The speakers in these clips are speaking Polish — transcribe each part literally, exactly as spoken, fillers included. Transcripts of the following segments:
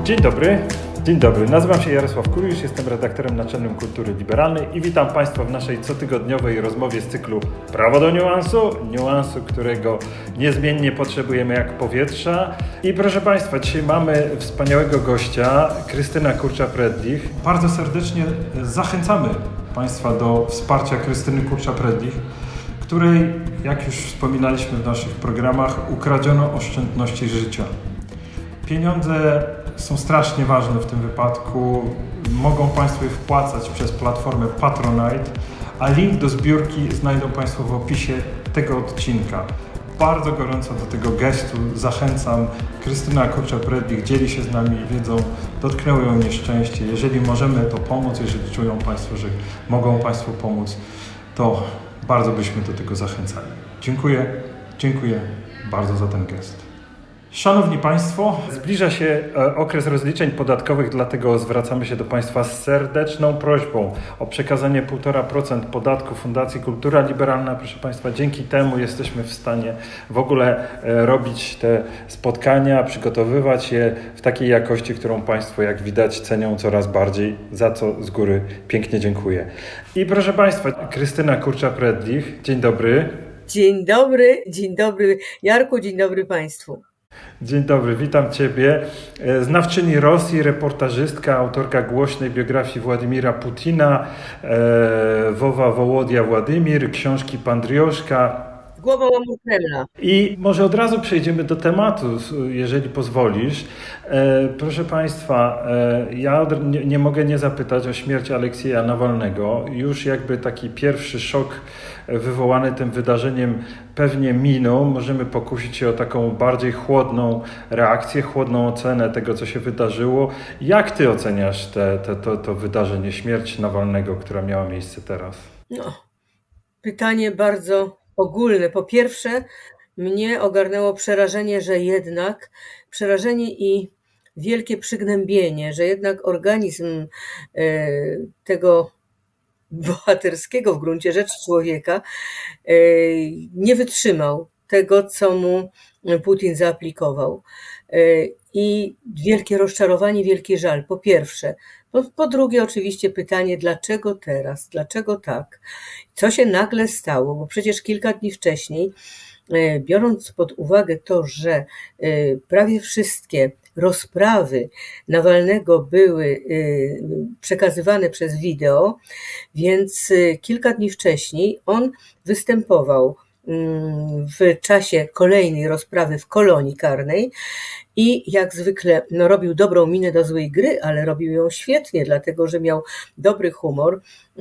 Dzień dobry, dzień dobry. Nazywam się Jarosław Kurisz, jestem redaktorem naczelnym Kultury Liberalnej i witam Państwa w naszej cotygodniowej rozmowie z cyklu Prawo do niuansu, niuansu, którego niezmiennie potrzebujemy jak powietrza. I proszę Państwa, dzisiaj mamy wspaniałego gościa, Krystyna Kurcza-Predlich. Bardzo serdecznie zachęcamy Państwa do wsparcia Krystyny Kurcza-Predlich, której, jak już wspominaliśmy w naszych programach, ukradziono oszczędności życia. Pieniądze są strasznie ważne w tym wypadku. Mogą Państwo je wpłacać przez platformę Patronite, a link do zbiórki znajdą Państwo w opisie tego odcinka. Bardzo gorąco do tego gestu zachęcam. Krystyna Kurcza-Predlich dzieli się z nami wiedzą, dotknęło ją nieszczęście. Jeżeli możemy to pomóc, jeżeli czują Państwo, że mogą Państwu pomóc, to bardzo byśmy do tego zachęcali. Dziękuję, dziękuję bardzo za ten gest. Szanowni Państwo, zbliża się okres rozliczeń podatkowych, dlatego zwracamy się do Państwa z serdeczną prośbą o przekazanie półtora procent podatku Fundacji Kultura Liberalna. Proszę Państwa, dzięki temu jesteśmy w stanie w ogóle robić te spotkania, przygotowywać je w takiej jakości, którą Państwo, jak widać, cenią coraz bardziej, za co z góry pięknie dziękuję. I proszę Państwa, Krystyna Kurcza-Predlich, dzień dobry. Dzień dobry, dzień dobry Jarku, dzień dobry Państwu. Dzień dobry, witam Ciebie. Znawczyni Rosji, reportażystka, autorka głośnej biografii Władimira Putina, Wowa Wołodia Władimir, książki Pandrioszka. Głową łamą Kremla. I może od razu przejdziemy do tematu, jeżeli pozwolisz. Proszę Państwa, ja nie, nie mogę nie zapytać o śmierć Aleksieja Nawalnego. Już jakby taki pierwszy szok wywołany tym wydarzeniem pewnie minął. Możemy pokusić się o taką bardziej chłodną reakcję, chłodną ocenę tego, co się wydarzyło. Jak Ty oceniasz te, te, to, to wydarzenie, śmierć Nawalnego, która miała miejsce teraz? No, pytanie bardzo ogólne. Po pierwsze, mnie ogarnęło przerażenie, że jednak przerażenie i wielkie przygnębienie, że jednak organizm e, tego bohaterskiego w gruncie rzeczy człowieka e, nie wytrzymał tego, co mu Putin zaaplikował. E, I wielkie rozczarowanie, wielki żal, po pierwsze. Po, po drugie oczywiście pytanie, dlaczego teraz, dlaczego tak? Co się nagle stało? Bo przecież kilka dni wcześniej, biorąc pod uwagę to, że prawie wszystkie rozprawy Nawalnego były przekazywane przez wideo, więc kilka dni wcześniej on występował w czasie kolejnej rozprawy w kolonii karnej i jak zwykle no, robił dobrą minę do złej gry, ale robił ją świetnie, dlatego że miał dobry humor,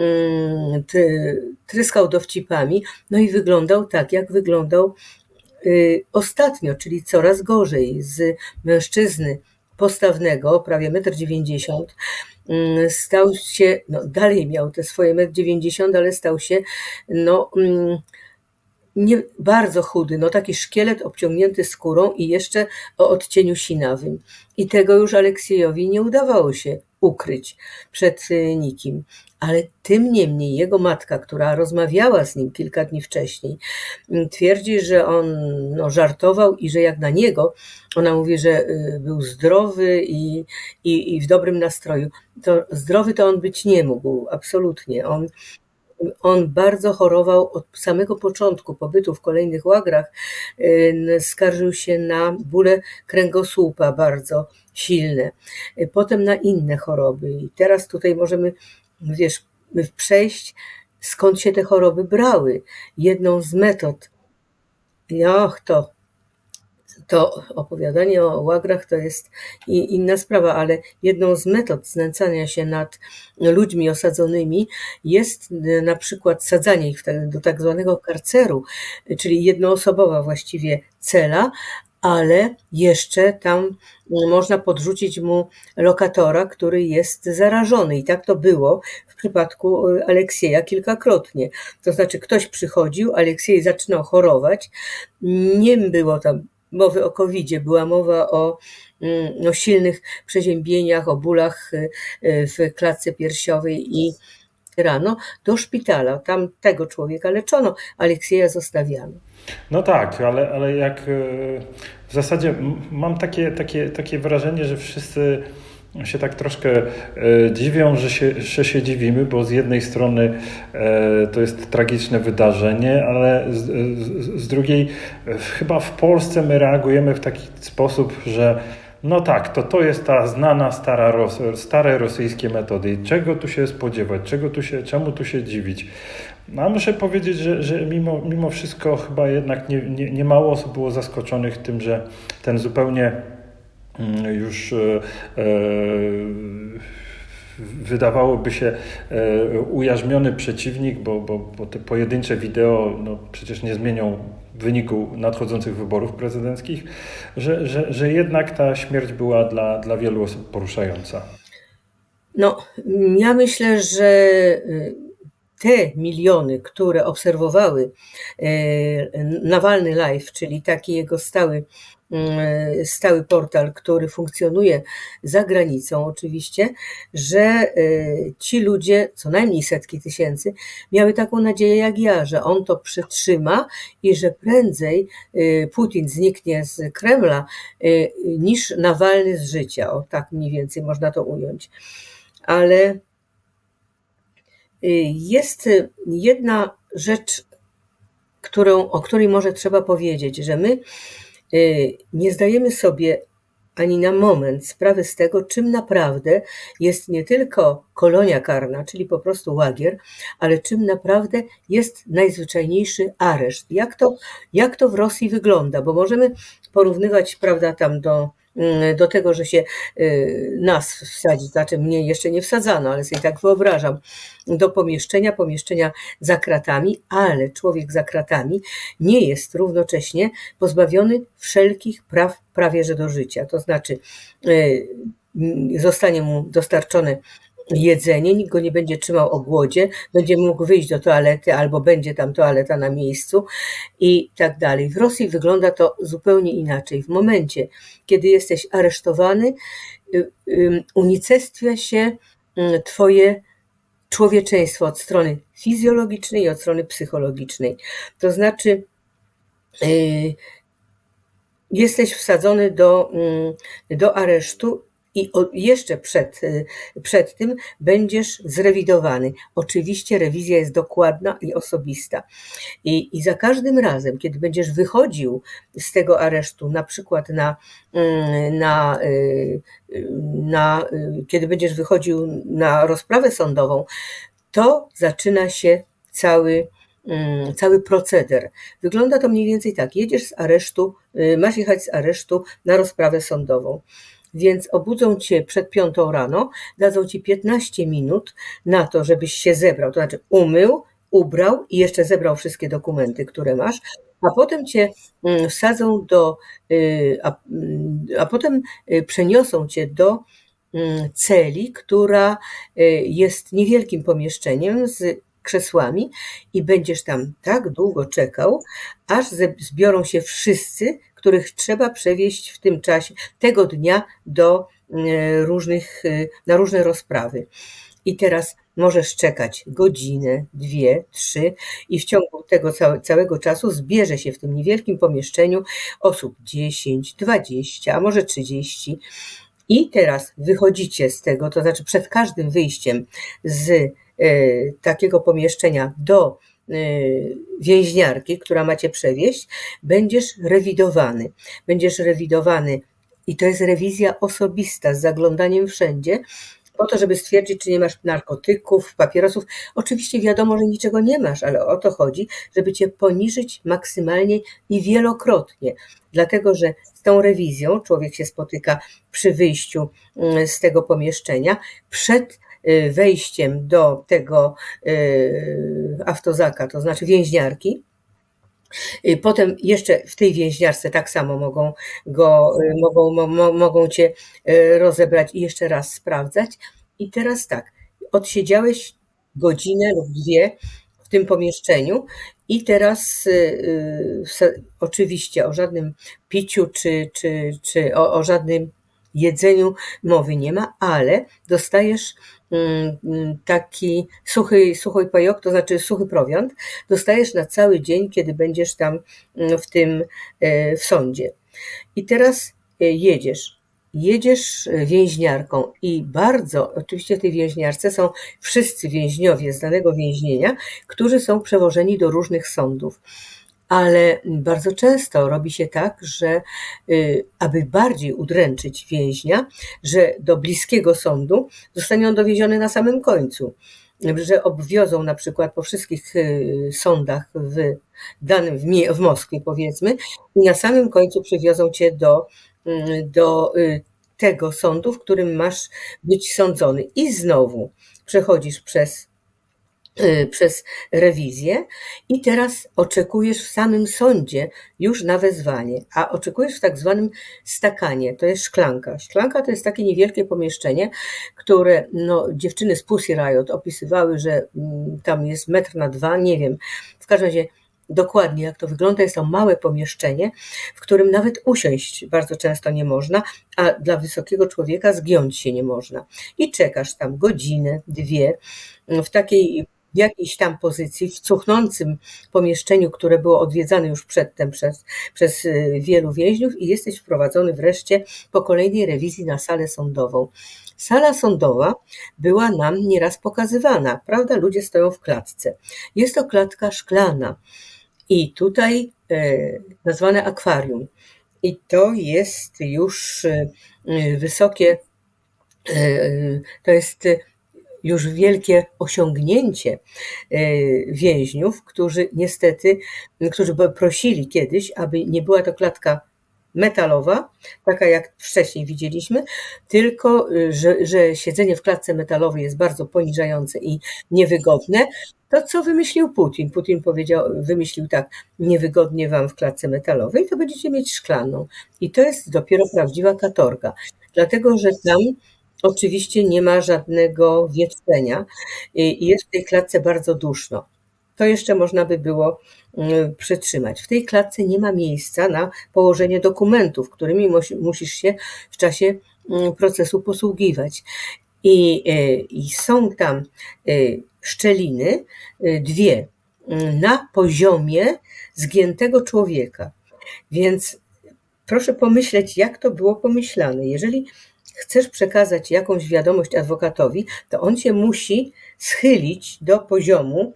tryskał dowcipami, no i wyglądał tak, jak wyglądał ostatnio, czyli coraz gorzej. Z mężczyzny postawnego, prawie metr dziewięćdziesiąt, stał się, no dalej miał te swoje metr dziewięćdziesiąt, ale stał się no nie bardzo chudy, no taki szkielet obciągnięty skórą i jeszcze o odcieniu sinawym. I tego już Aleksiejowi nie udawało się ukryć przed nikim. Ale tym niemniej jego matka, która rozmawiała z nim kilka dni wcześniej, twierdzi, że on no, żartował i że jak na niego, ona mówi, że był zdrowy i, i, i w dobrym nastroju. To zdrowy to on być nie mógł, absolutnie. On On bardzo chorował od samego początku pobytu w kolejnych łagrach. Skarżył się na bóle kręgosłupa bardzo silne, potem na inne choroby. I teraz tutaj możemy, wiesz, przejść, skąd się te choroby brały. Jedną z metod, och, to To opowiadanie o łagrach to jest inna sprawa, ale jedną z metod znęcania się nad ludźmi osadzonymi jest na przykład sadzanie ich do tak zwanego karceru, czyli jednoosobowa właściwie cela, ale jeszcze tam można podrzucić mu lokatora, który jest zarażony. I tak to było w przypadku Aleksieja kilkakrotnie. To znaczy ktoś przychodził, Aleksiej zaczynał chorować, nie było tam mowy o kowidzie, była mowa o, o silnych przeziębieniach, o bólach w klatce piersiowej i rano do szpitala. Tam tego człowieka leczono, Aleksieja zostawiano. No tak, ale, ale jak w zasadzie mam takie, takie, takie wrażenie, że wszyscy się tak troszkę dziwią, że się, że się dziwimy, bo z jednej strony to jest tragiczne wydarzenie, ale z, z, z drugiej chyba w Polsce my reagujemy w taki sposób, że no tak, to to jest ta znana stara Ros stare rosyjskie metody. Czego tu się spodziewać? Czego tu się, czemu tu się dziwić? No, a muszę powiedzieć, że, że mimo, mimo wszystko chyba jednak nie, nie, nie mało osób było zaskoczonych tym, że ten zupełnie już e, e, wydawałoby się e, ujarzmiony przeciwnik, bo, bo, bo te pojedyncze wideo no, przecież nie zmienią wyniku nadchodzących wyborów prezydenckich, że, że, że jednak ta śmierć była dla, dla wielu osób poruszająca. No, ja myślę, że te miliony, które obserwowały Nawalny Live, czyli taki jego stały, stały portal, który funkcjonuje za granicą oczywiście, że ci ludzie, co najmniej setki tysięcy, miały taką nadzieję jak ja, że on to przetrzyma i że prędzej Putin zniknie z Kremla niż Nawalny z życia. O, tak mniej więcej można to ująć. Ale jest jedna rzecz, którą, o której może trzeba powiedzieć, że my nie zdajemy sobie ani na moment sprawy z tego, czym naprawdę jest nie tylko kolonia karna, czyli po prostu łagier, ale czym naprawdę jest najzwyczajniejszy areszt. Jak to, jak to w Rosji wygląda, bo możemy porównywać, prawda, tam do do tego, że się nas wsadzi, znaczy mnie jeszcze nie wsadzano, ale sobie tak wyobrażam, do pomieszczenia, pomieszczenia za kratami, ale człowiek za kratami nie jest równocześnie pozbawiony wszelkich praw prawie że do życia. To znaczy zostanie mu dostarczone jedzenie, nikt go nie będzie trzymał o głodzie, będzie mógł wyjść do toalety albo będzie tam toaleta na miejscu i tak dalej. W Rosji wygląda to zupełnie inaczej. W momencie, kiedy jesteś aresztowany, unicestwia się twoje człowieczeństwo od strony fizjologicznej i od strony psychologicznej. To znaczy jesteś wsadzony do, do aresztu i jeszcze przed, przed tym będziesz zrewidowany. Oczywiście rewizja jest dokładna i osobista. I, I za każdym razem, kiedy będziesz wychodził z tego aresztu, na przykład na, na, na, kiedy będziesz wychodził na rozprawę sądową, to zaczyna się cały cały proceder. Wygląda to mniej więcej tak. Jedziesz z aresztu, masz jechać z aresztu na rozprawę sądową. Więc obudzą cię przed piątą rano, dadzą ci piętnaście minut na to, żebyś się zebrał, to znaczy umył, ubrał i jeszcze zebrał wszystkie dokumenty, które masz, a potem cię wsadzą do, a, a potem przeniosą cię do celi, która jest niewielkim pomieszczeniem z krzesłami i będziesz tam tak długo czekał, aż zbiorą się wszyscy, których trzeba przewieźć w tym czasie, tego dnia do różnych, na różne rozprawy. I teraz możesz czekać godzinę, dwie, trzy i w ciągu tego całego czasu zbierze się w tym niewielkim pomieszczeniu osób dziesięć, dwadzieścia, a może trzydzieści. I teraz wychodzicie z tego, to znaczy przed każdym wyjściem z takiego pomieszczenia do więźniarki, która macie przewieźć, będziesz rewidowany. Będziesz rewidowany i to jest rewizja osobista z zaglądaniem wszędzie, po to, żeby stwierdzić, czy nie masz narkotyków, papierosów. Oczywiście wiadomo, że niczego nie masz, ale o to chodzi, żeby cię poniżyć maksymalnie i wielokrotnie. Dlatego, że z tą rewizją człowiek się spotyka przy wyjściu z tego pomieszczenia, przed wejściem do tego автозака, to znaczy więźniarki. Potem jeszcze w tej więźniarce tak samo mogą, go, mogą, mo, mogą cię rozebrać i jeszcze raz sprawdzać. I teraz tak, odsiedziałeś godzinę lub dwie w tym pomieszczeniu i teraz y, oczywiście o żadnym piciu czy, czy, czy o, o żadnym jedzeniu mowy nie ma, ale dostajesz taki suchy, suchy pajok, to znaczy suchy prowiant, dostajesz na cały dzień, kiedy będziesz tam w tym, w sądzie. I teraz jedziesz. Jedziesz więźniarką i bardzo, oczywiście w tej więźniarce są wszyscy więźniowie z danego więzienia, którzy są przewożeni do różnych sądów. Ale bardzo często robi się tak, że aby bardziej udręczyć więźnia, że do bliskiego sądu zostanie on dowieziony na samym końcu, że obwiozą na przykład po wszystkich sądach w danym, w Moskwie powiedzmy, i na samym końcu przywiozą cię do, do tego sądu, w którym masz być sądzony. I znowu przechodzisz przez przez rewizję i teraz oczekujesz w samym sądzie już na wezwanie, a oczekujesz w tak zwanym stakanie, to jest szklanka. Szklanka to jest takie niewielkie pomieszczenie, które no, dziewczyny z Pussy Riot opisywały, że tam jest metr na dwa, nie wiem, w każdym razie dokładnie jak to wygląda, jest to małe pomieszczenie, w którym nawet usiąść bardzo często nie można, a dla wysokiego człowieka zgiąć się nie można. I czekasz tam godzinę, dwie, w takiej w jakiejś tam pozycji, w cuchnącym pomieszczeniu, które było odwiedzane już przedtem przez, przez wielu więźniów i jesteś wprowadzony wreszcie po kolejnej rewizji na salę sądową. Sala sądowa była nam nieraz pokazywana, prawda? Ludzie stoją w klatce. Jest to klatka szklana i tutaj e, nazwane akwarium. I to jest już e, wysokie, e, to jest już wielkie osiągnięcie więźniów, którzy niestety, którzy prosili kiedyś, aby nie była to klatka metalowa, taka jak wcześniej widzieliśmy, tylko że, że siedzenie w klatce metalowej jest bardzo poniżające i niewygodne. To co wymyślił Putin? Putin powiedział, wymyślił tak, niewygodnie wam w klatce metalowej, to będziecie mieć szklaną. I to jest dopiero prawdziwa katorga, dlatego że tam oczywiście nie ma żadnego wietrzenia i jest w tej klatce bardzo duszno. To jeszcze można by było przytrzymać. W tej klatce nie ma miejsca na położenie dokumentów, którymi musisz się w czasie procesu posługiwać. I, i są tam szczeliny, dwie, na poziomie zgiętego człowieka. Więc proszę pomyśleć, jak to było pomyślane. Jeżeli chcesz przekazać jakąś wiadomość adwokatowi, to on cię musi schylić do poziomu,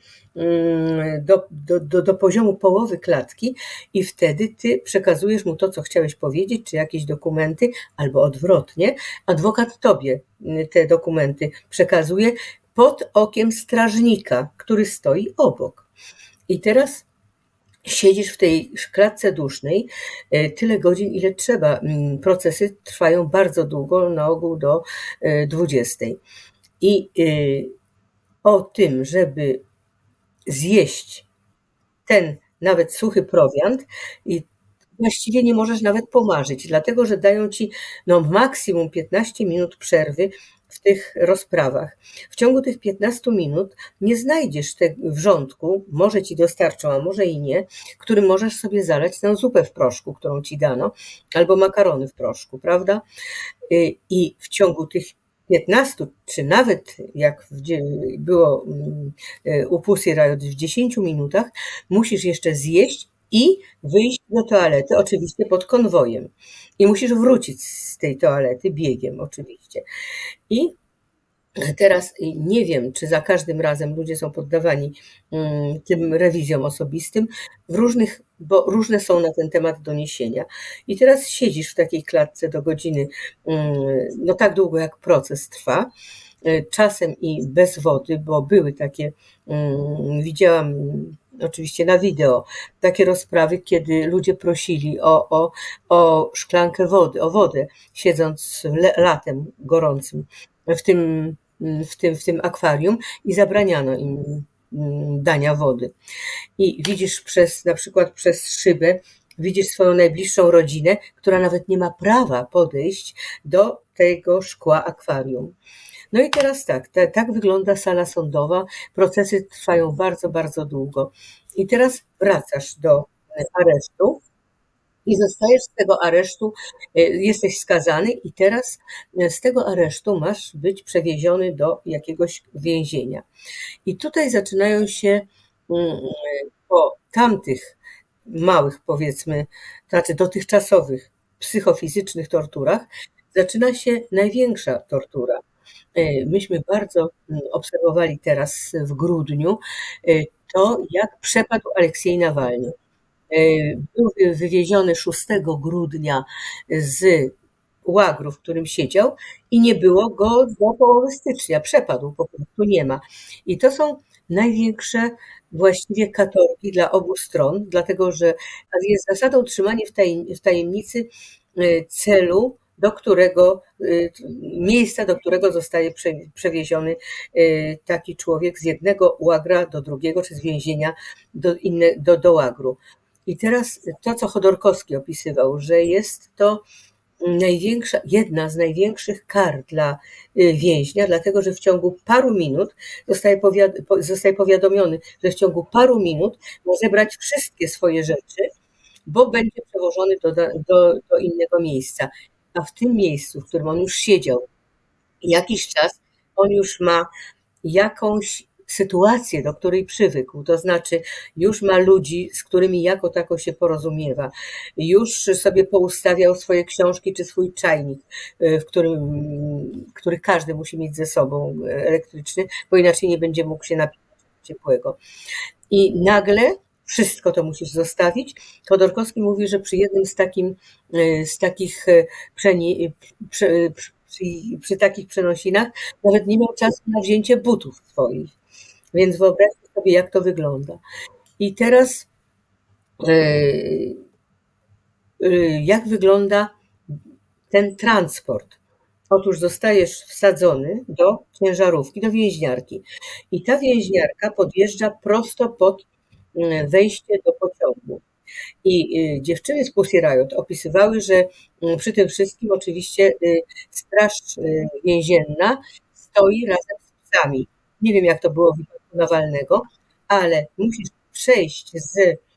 do, do, do, do poziomu połowy klatki i wtedy ty przekazujesz mu to, co chciałeś powiedzieć, czy jakieś dokumenty, albo odwrotnie, adwokat tobie te dokumenty przekazuje pod okiem strażnika, który stoi obok. I teraz siedzisz w tej klatce dusznej tyle godzin, ile trzeba. Procesy trwają bardzo długo, na ogół do dwudziestej. I o tym, żeby zjeść ten nawet suchy prowiant, i właściwie nie możesz nawet pomarzyć, dlatego że dają ci no, maksimum piętnaście minut przerwy w tych rozprawach. W ciągu tych piętnastu minut nie znajdziesz tego wrzątku, może ci dostarczą, a może i nie, którym możesz sobie zalać tę zupę w proszku, którą ci dano, albo makarony w proszku, prawda? I w ciągu tych piętnastu, czy nawet jak było u Pussy Riot w dziesięciu minutach, musisz jeszcze zjeść i wyjść do toalety, oczywiście pod konwojem. I musisz wrócić z tej toalety biegiem oczywiście. I teraz nie wiem, czy za każdym razem ludzie są poddawani tym rewizjom osobistym, w różnych, bo różne są na ten temat doniesienia. I teraz siedzisz w takiej klatce do godziny, no tak długo jak proces trwa, czasem i bez wody, bo były takie, widziałam oczywiście na wideo, takie rozprawy, kiedy ludzie prosili o, o, o szklankę wody, o wodę, siedząc latem gorącym w tym, w tym, w tym akwarium i zabraniano im dania wody. I widzisz przez, na przykład przez szybę, widzisz swoją najbliższą rodzinę, która nawet nie ma prawa podejść do tego szkła akwarium. No i teraz tak, te, tak wygląda sala sądowa, procesy trwają bardzo, bardzo długo. I teraz wracasz do aresztu i zostajesz z tego aresztu, jesteś skazany i teraz z tego aresztu masz być przewieziony do jakiegoś więzienia. I tutaj zaczynają się po tamtych małych, powiedzmy, znaczy dotychczasowych psychofizycznych torturach, zaczyna się największa tortura. Myśmy bardzo obserwowali teraz w grudniu to, jak przepadł Aleksiej Nawalny. Był wywieziony szóstego grudnia z łagru, w którym siedział i nie było go do połowy stycznia. Przepadł, po prostu nie ma. I to są największe właściwie katorgi dla obu stron, dlatego że jest zasadą trzymanie w tajemnicy celu, do którego, miejsca, do którego zostaje przewieziony taki człowiek z jednego łagra do drugiego, czy z więzienia do, inne, do, do łagru. I teraz to, co Chodorkowski opisywał, że jest to największa, jedna z największych kar dla więźnia, dlatego że w ciągu paru minut zostaje, powiad, zostaje powiadomiony, że w ciągu paru minut ma zebrać wszystkie swoje rzeczy, bo będzie przewożony do, do, do innego miejsca. A w tym miejscu, w którym on już siedział jakiś czas, on już ma jakąś sytuację, do której przywykł, to znaczy już ma ludzi, z którymi jako tako się porozumiewa, już sobie poustawiał swoje książki czy swój czajnik, w którym, który każdy musi mieć ze sobą elektryczny, bo inaczej nie będzie mógł się napić ciepłego. I nagle wszystko to musisz zostawić. Chodorkowski mówi, że przy jednym z, takim, z takich przeni, przy, przy, przy takich przenosinach nawet nie miał czasu na wzięcie butów swoich. Więc wyobraźcie sobie, jak to wygląda. I teraz jak wygląda ten transport? Otóż zostajesz wsadzony do ciężarówki, do więźniarki. I ta więźniarka podjeżdża prosto pod wejście do pociągu. I dziewczyny z Pussy Riot opisywały, że przy tym wszystkim oczywiście straż więzienna stoi razem z psami. Nie wiem, jak to było w wypadku Nawalnego, ale musisz przejść z,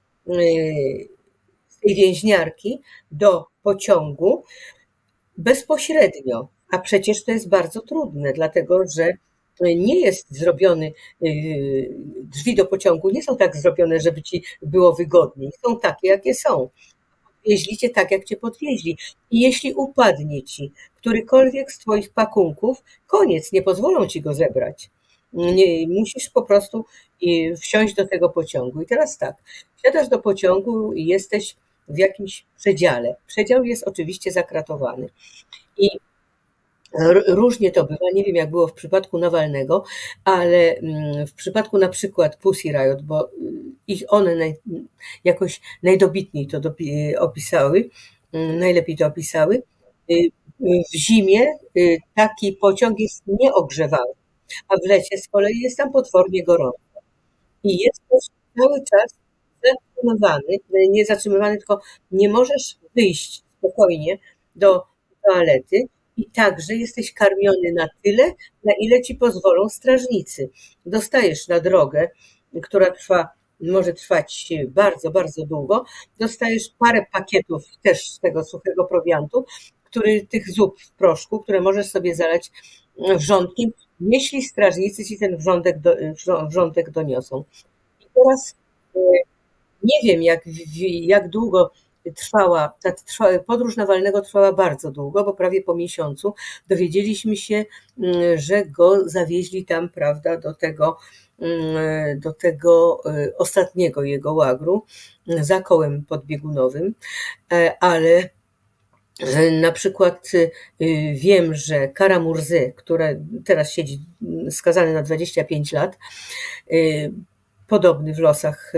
z tej więźniarki do pociągu bezpośrednio. A przecież to jest bardzo trudne, dlatego że nie jest zrobiony, drzwi do pociągu nie są tak zrobione, żeby ci było wygodniej. Są takie, jakie są. Podwieźli cię tak, jak cię podwieźli. I jeśli upadnie ci którykolwiek z twoich pakunków, koniec, nie pozwolą ci go zebrać. Nie, musisz po prostu wsiąść do tego pociągu. I teraz tak, wsiadasz do pociągu i jesteś w jakimś przedziale. Przedział jest oczywiście zakratowany. I różnie to bywa, nie wiem jak było w przypadku Nawalnego, ale w przypadku na przykład Pussy Riot, bo ich one naj, jakoś najdobitniej to opisały, najlepiej to opisały, w zimie taki pociąg jest nieogrzewany, a w lecie z kolei jest tam potwornie gorąco. I jesteś cały czas zatrzymywany, nie zatrzymywany, tylko nie możesz wyjść spokojnie do toalety i także jesteś karmiony na tyle, na ile ci pozwolą strażnicy. Dostajesz na drogę, która trwa, może trwać bardzo, bardzo długo, dostajesz parę pakietów też z tego suchego prowiantu, który, tych zup w proszku, które możesz sobie zalać wrzątkiem, jeśli strażnicy ci ten wrzątek, do, wrzątek doniosą. I teraz nie wiem, jak, jak długo trwała, ta trwa, podróż Nawalnego trwała bardzo długo, bo prawie po miesiącu dowiedzieliśmy się, że go zawieźli tam, prawda, do tego, do tego ostatniego jego łagru za kołem podbiegunowym, ale na przykład wiem, że Kara-Murzy, która teraz siedzi skazany na dwadzieścia pięć lat, podobny w losach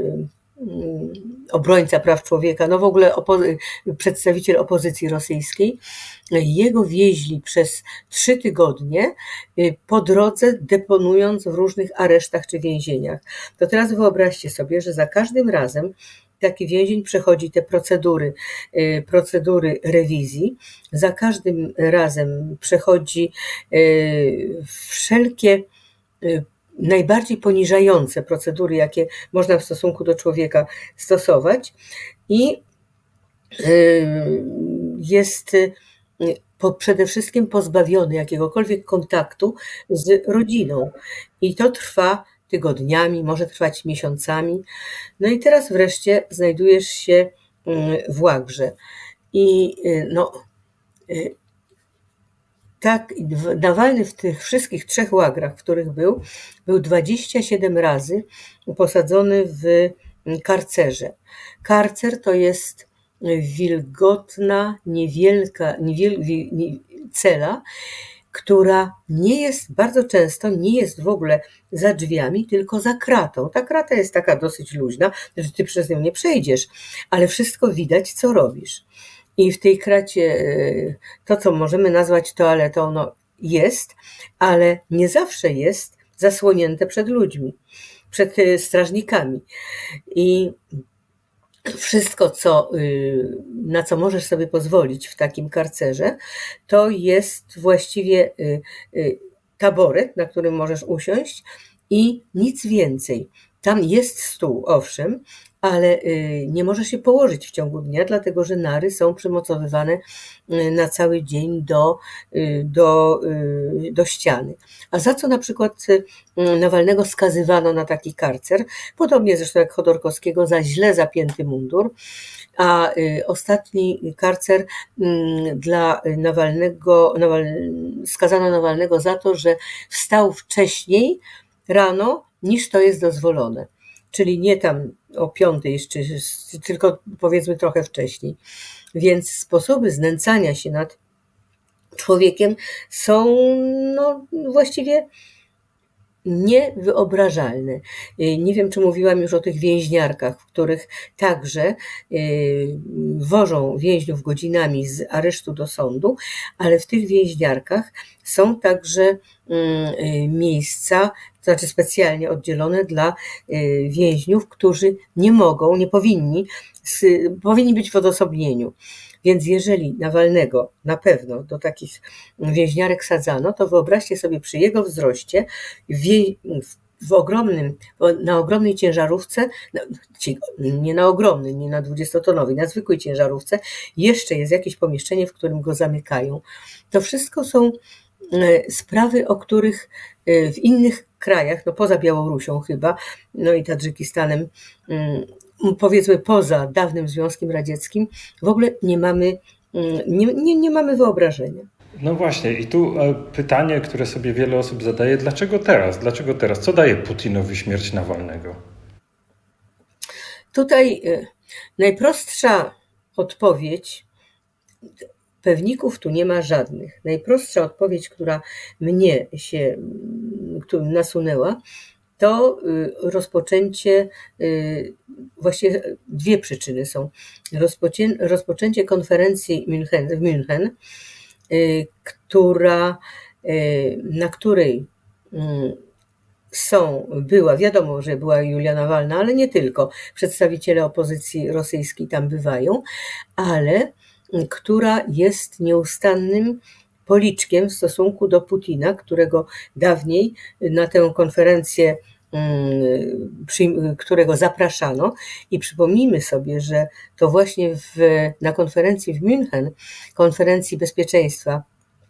obrońca praw człowieka, no w ogóle opo- przedstawiciel opozycji rosyjskiej, jego wieźli przez trzy tygodnie po drodze, deponując w różnych aresztach czy więzieniach. To teraz wyobraźcie sobie, że za każdym razem taki więzień przechodzi te procedury, procedury rewizji, za każdym razem przechodzi wszelkie najbardziej poniżające procedury, jakie można w stosunku do człowieka stosować i jest po, przede wszystkim pozbawiony jakiegokolwiek kontaktu z rodziną. I to trwa tygodniami, może trwać miesiącami. No i teraz wreszcie znajdujesz się w łagrze. I no, tak, Nawalny w tych wszystkich trzech łagrach, w których był, był dwadzieścia siedem razy posadzony w karcerze. Karcer to jest wilgotna, niewielka niewiel, nie, cela, która nie jest, bardzo często nie jest w ogóle za drzwiami, tylko za kratą. Ta krata jest taka dosyć luźna, że ty przez nią nie przejdziesz, ale wszystko widać, co robisz. I w tej kracie to, co możemy nazwać toaletą, no jest, ale nie zawsze jest zasłonięte przed ludźmi, przed strażnikami. I wszystko, co, na co możesz sobie pozwolić w takim karcerze, to jest właściwie taboret, na którym możesz usiąść i nic więcej. Tam jest stół, owszem, ale nie możesz się położyć w ciągu dnia, dlatego że nary są przymocowywane na cały dzień do, do, do ściany. A za co na przykład Nawalnego skazywano na taki karcer, podobnie zresztą jak Chodorkowskiego, za źle zapięty mundur, a ostatni karcer dla Nawalnego, Nawal, skazano Nawalnego za to, że wstał wcześniej rano, niż to jest dozwolone. Czyli nie tam o piątej, tylko powiedzmy trochę wcześniej. Więc sposoby znęcania się nad człowiekiem są no, właściwie niewyobrażalne. Nie wiem, czy mówiłam już o tych więźniarkach, w których także wożą więźniów godzinami z aresztu do sądu, ale w tych więźniarkach są także miejsca, to znaczy specjalnie oddzielone dla więźniów, którzy nie mogą, nie powinni, powinni być w odosobnieniu. Więc jeżeli Nawalnego na pewno do takich więźniarek sadzano, to wyobraźcie sobie przy jego wzroście w, w ogromnym, na ogromnej ciężarówce, nie na ogromnej, nie na dwudziestotonowej, na zwykłej ciężarówce, jeszcze jest jakieś pomieszczenie, w którym go zamykają. To wszystko są sprawy, o których w innych krajach, no poza Białorusią chyba, no i Tadżykistanem, powiedzmy poza dawnym Związkiem Radzieckim, w ogóle nie mamy, nie, nie, nie mamy wyobrażenia. No właśnie, i tu pytanie, które sobie wiele osób zadaje, dlaczego teraz? Dlaczego teraz? Co daje Putinowi śmierć Nawalnego? Tutaj najprostsza odpowiedź, pewników tu nie ma żadnych. Najprostsza odpowiedź, która mnie się która nasunęła, to rozpoczęcie, właściwie dwie przyczyny są. Rozpoczę, rozpoczęcie konferencji München, w München, która, na której są, była, wiadomo, że była Julia Nawalna, ale nie tylko. Przedstawiciele opozycji rosyjskiej tam bywają, ale która jest nieustannym policzkiem w stosunku do Putina, którego dawniej na tę konferencję, którego zapraszano. I przypomnijmy sobie, że to właśnie w, na konferencji w München, konferencji bezpieczeństwa,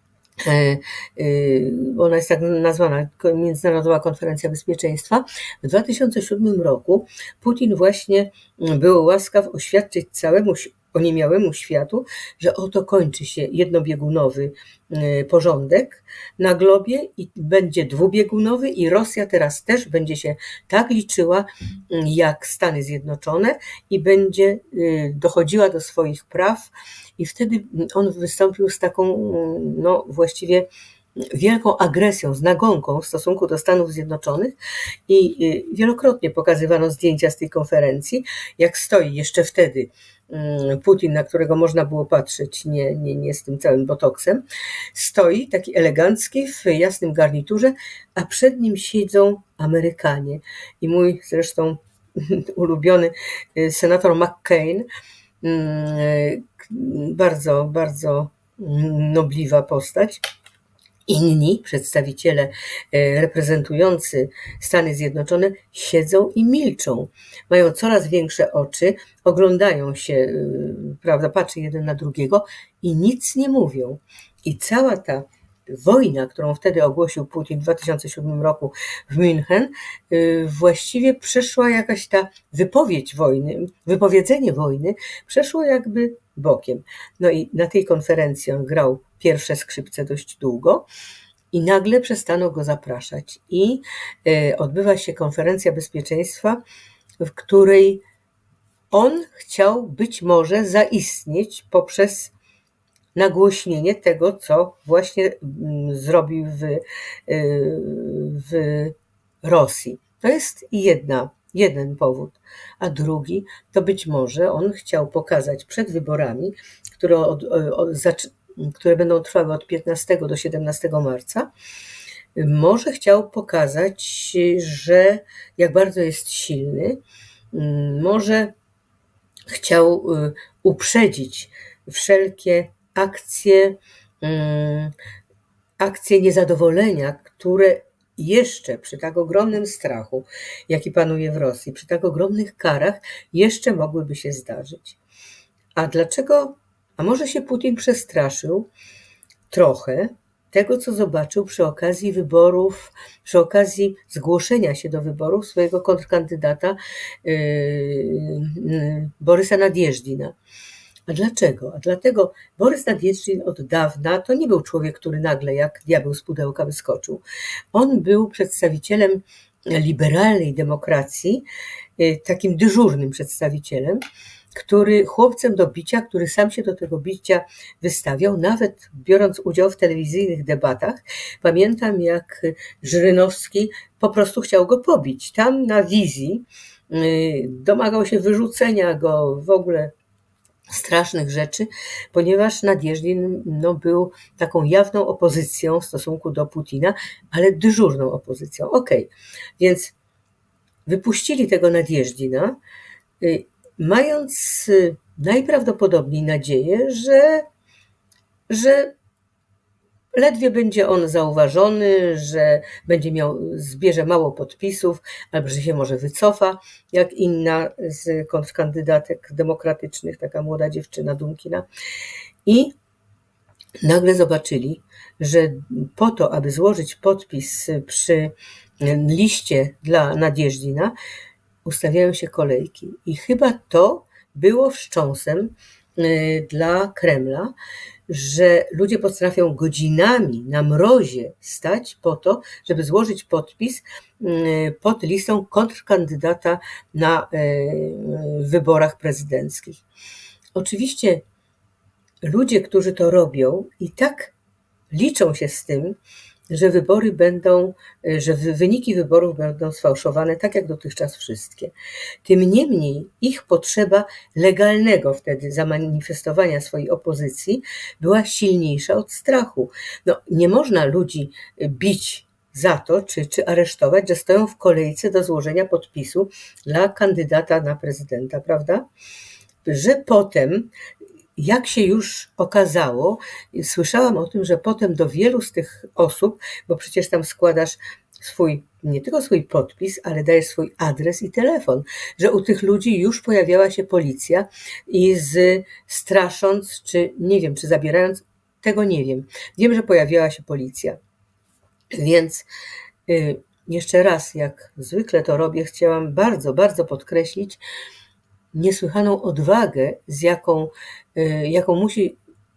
ona jest tak nazwana, Międzynarodowa Konferencja Bezpieczeństwa, w dwa tysiące siódmym roku Putin właśnie był łaskaw oświadczyć całemu oniemiałemu światu, że oto kończy się jednobiegunowy porządek na globie i będzie dwubiegunowy i Rosja teraz też będzie się tak liczyła jak Stany Zjednoczone i będzie dochodziła do swoich praw. I wtedy on wystąpił z taką no właściwie wielką agresją, z nagonką w stosunku do Stanów Zjednoczonych i wielokrotnie pokazywano zdjęcia z tej konferencji, jak stoi jeszcze wtedy Putin, na którego można było patrzeć, nie, nie, nie z tym całym botoksem, stoi taki elegancki w jasnym garniturze, a przed nim siedzą Amerykanie. I mój zresztą ulubiony senator McCain, bardzo, bardzo nobliwa postać. Inni przedstawiciele reprezentujący Stany Zjednoczone siedzą i milczą. Mają coraz większe oczy, oglądają się, prawda, patrzą jeden na drugiego i nic nie mówią. I cała ta wojna, którą wtedy ogłosił Putin w dwa tysiące siódmym roku w München, właściwie przeszła jakaś ta wypowiedź wojny, wypowiedzenie wojny przeszło jakby bokiem. No i na tej konferencji on grał pierwsze skrzypce dość długo i nagle przestano go zapraszać. I odbywa się konferencja bezpieczeństwa, w której on chciał być może zaistnieć poprzez nagłośnienie tego, co właśnie zrobił w, w Rosji. To jest jedna, jeden powód. A drugi, to być może on chciał pokazać przed wyborami, które, od, od, które będą trwały od piętnastego do siedemnastego marca, może chciał pokazać, że jak bardzo jest silny, może chciał uprzedzić wszelkie akcje, akcje niezadowolenia, które jeszcze przy tak ogromnym strachu, jaki panuje w Rosji, przy tak ogromnych karach, jeszcze mogłyby się zdarzyć. A dlaczego? A może się Putin przestraszył trochę tego, co zobaczył przy okazji wyborów, przy okazji zgłoszenia się do wyborów swojego kontrkandydata yy, Borysa Nadjeżdżina. A dlaczego? A dlatego Borys Nadjeżdżin od dawna to nie był człowiek, który nagle jak diabeł z pudełka wyskoczył. On był przedstawicielem liberalnej demokracji, takim dyżurnym przedstawicielem, który chłopcem do bicia, który sam się do tego bicia wystawiał, nawet biorąc udział w telewizyjnych debatach. Pamiętam, jak Żyrynowski po prostu chciał go pobić. Tam na wizji domagał się wyrzucenia go, w ogóle strasznych rzeczy, ponieważ Nadjeżdżin no, był taką jawną opozycją w stosunku do Putina, ale dyżurną opozycją. Okej, okay. Więc wypuścili tego Nadjeżdżina, mając najprawdopodobniej nadzieję, że, że ledwie będzie on zauważony, że będzie miał, zbierze mało podpisów, albo że się może wycofa, jak inna z kontrkandydatek demokratycznych, taka młoda dziewczyna Dunkina. I nagle zobaczyli, że po to, aby złożyć podpis przy liście dla Nadjeżdżina, ustawiają się kolejki. I chyba to było wstrząsem dla Kremla, że ludzie potrafią godzinami na mrozie stać po to, żeby złożyć podpis pod listą kontrkandydata na wyborach prezydenckich. Oczywiście ludzie, którzy to robią, i tak liczą się z tym, że wybory będą, że wyniki wyborów będą sfałszowane, tak jak dotychczas wszystkie. Tym niemniej ich potrzeba legalnego wtedy zamanifestowania swojej opozycji była silniejsza od strachu. No, nie można ludzi bić za to, czy, czy aresztować, że stoją w kolejce do złożenia podpisu dla kandydata na prezydenta, prawda? Że potem, jak się już okazało, słyszałam o tym, że potem do wielu z tych osób, bo przecież tam składasz swój, nie tylko swój podpis, ale dajesz swój adres i telefon, że u tych ludzi już pojawiała się policja i z, strasząc, czy nie wiem, czy zabierając, tego nie wiem. Wiem, że pojawiała się policja. Więc y, jeszcze raz, jak zwykle to robię, chciałam bardzo, bardzo podkreślić niesłychaną odwagę, z jaką, jaką musi,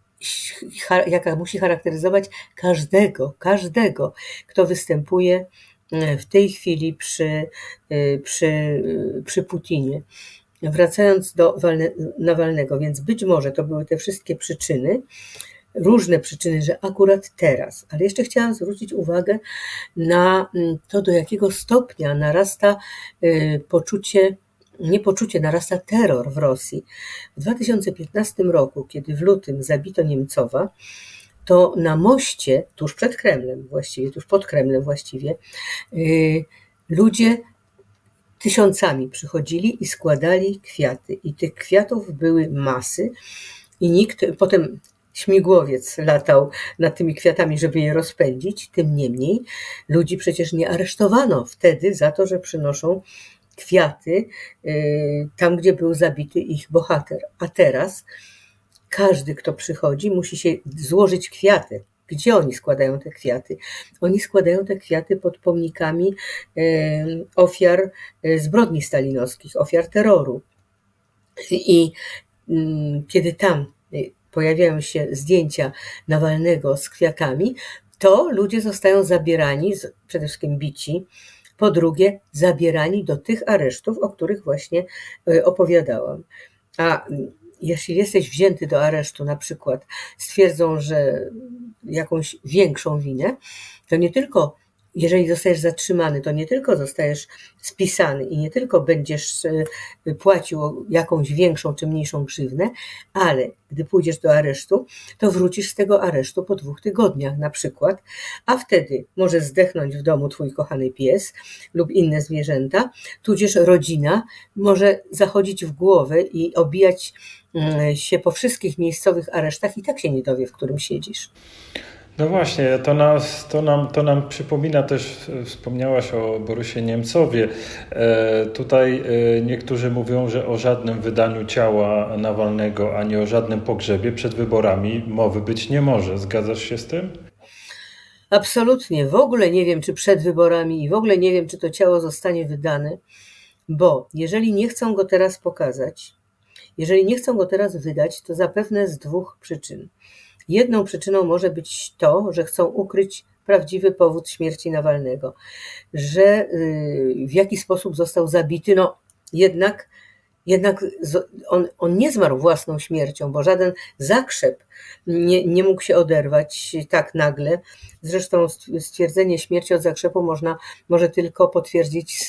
jaka musi charakteryzować każdego, każdego, kto występuje w tej chwili przy, przy, przy Putinie. Wracając do Nawalnego, więc być może to były te wszystkie przyczyny, różne przyczyny, że akurat teraz, ale jeszcze chciałam zwrócić uwagę na to, do jakiego stopnia narasta poczucie Nie poczucie, narasta terror w Rosji. W dwa tysiące piętnastym roku, kiedy w lutym zabito Niemcowa, to na moście, tuż przed Kremlem właściwie, tuż pod Kremlem właściwie, yy, ludzie tysiącami przychodzili i składali kwiaty. I tych kwiatów były masy i nikt, potem śmigłowiec latał nad tymi kwiatami, żeby je rozpędzić. Tym niemniej ludzi przecież nie aresztowano wtedy za to, że przynoszą kwiaty tam, gdzie był zabity ich bohater. A teraz każdy, kto przychodzi, musi się złożyć kwiaty. Gdzie oni składają te kwiaty? Oni składają te kwiaty pod pomnikami ofiar zbrodni stalinowskich, ofiar terroru. I kiedy tam pojawiają się zdjęcia Nawalnego z kwiatami, to ludzie zostają zabierani, przede wszystkim bici, po drugie zabierani do tych aresztów, o których właśnie opowiadałam. A jeśli jesteś wzięty do aresztu, na przykład stwierdzą, że jakąś większą winę, to nie tylko, jeżeli zostajesz zatrzymany, to nie tylko zostajesz spisany i nie tylko będziesz płacił jakąś większą czy mniejszą grzywnę, ale gdy pójdziesz do aresztu, to wrócisz z tego aresztu po dwóch tygodniach na przykład, a wtedy może zdechnąć w domu twój kochany pies lub inne zwierzęta, tudzież rodzina może zachodzić w głowę i obijać się po wszystkich miejscowych aresztach i tak się nie dowie, w którym siedzisz. No właśnie, to, nas, to, nam, to nam przypomina też, wspomniałaś o Borysie Niemcowie. E, tutaj e, niektórzy mówią, że o żadnym wydaniu ciała Nawalnego, ani o żadnym pogrzebie przed wyborami mowy być nie może. Zgadzasz się z tym? Absolutnie. W ogóle nie wiem, czy przed wyborami i w ogóle nie wiem, czy to ciało zostanie wydane, bo jeżeli nie chcą go teraz pokazać, jeżeli nie chcą go teraz wydać, to zapewne z dwóch przyczyn. Jedną przyczyną może być to, że chcą ukryć prawdziwy powód śmierci Nawalnego, że w jaki sposób został zabity. No jednak, jednak on, on nie zmarł własną śmiercią, bo żaden zakrzep nie, nie mógł się oderwać tak nagle. Zresztą stwierdzenie śmierci od zakrzepu można, może tylko potwierdzić,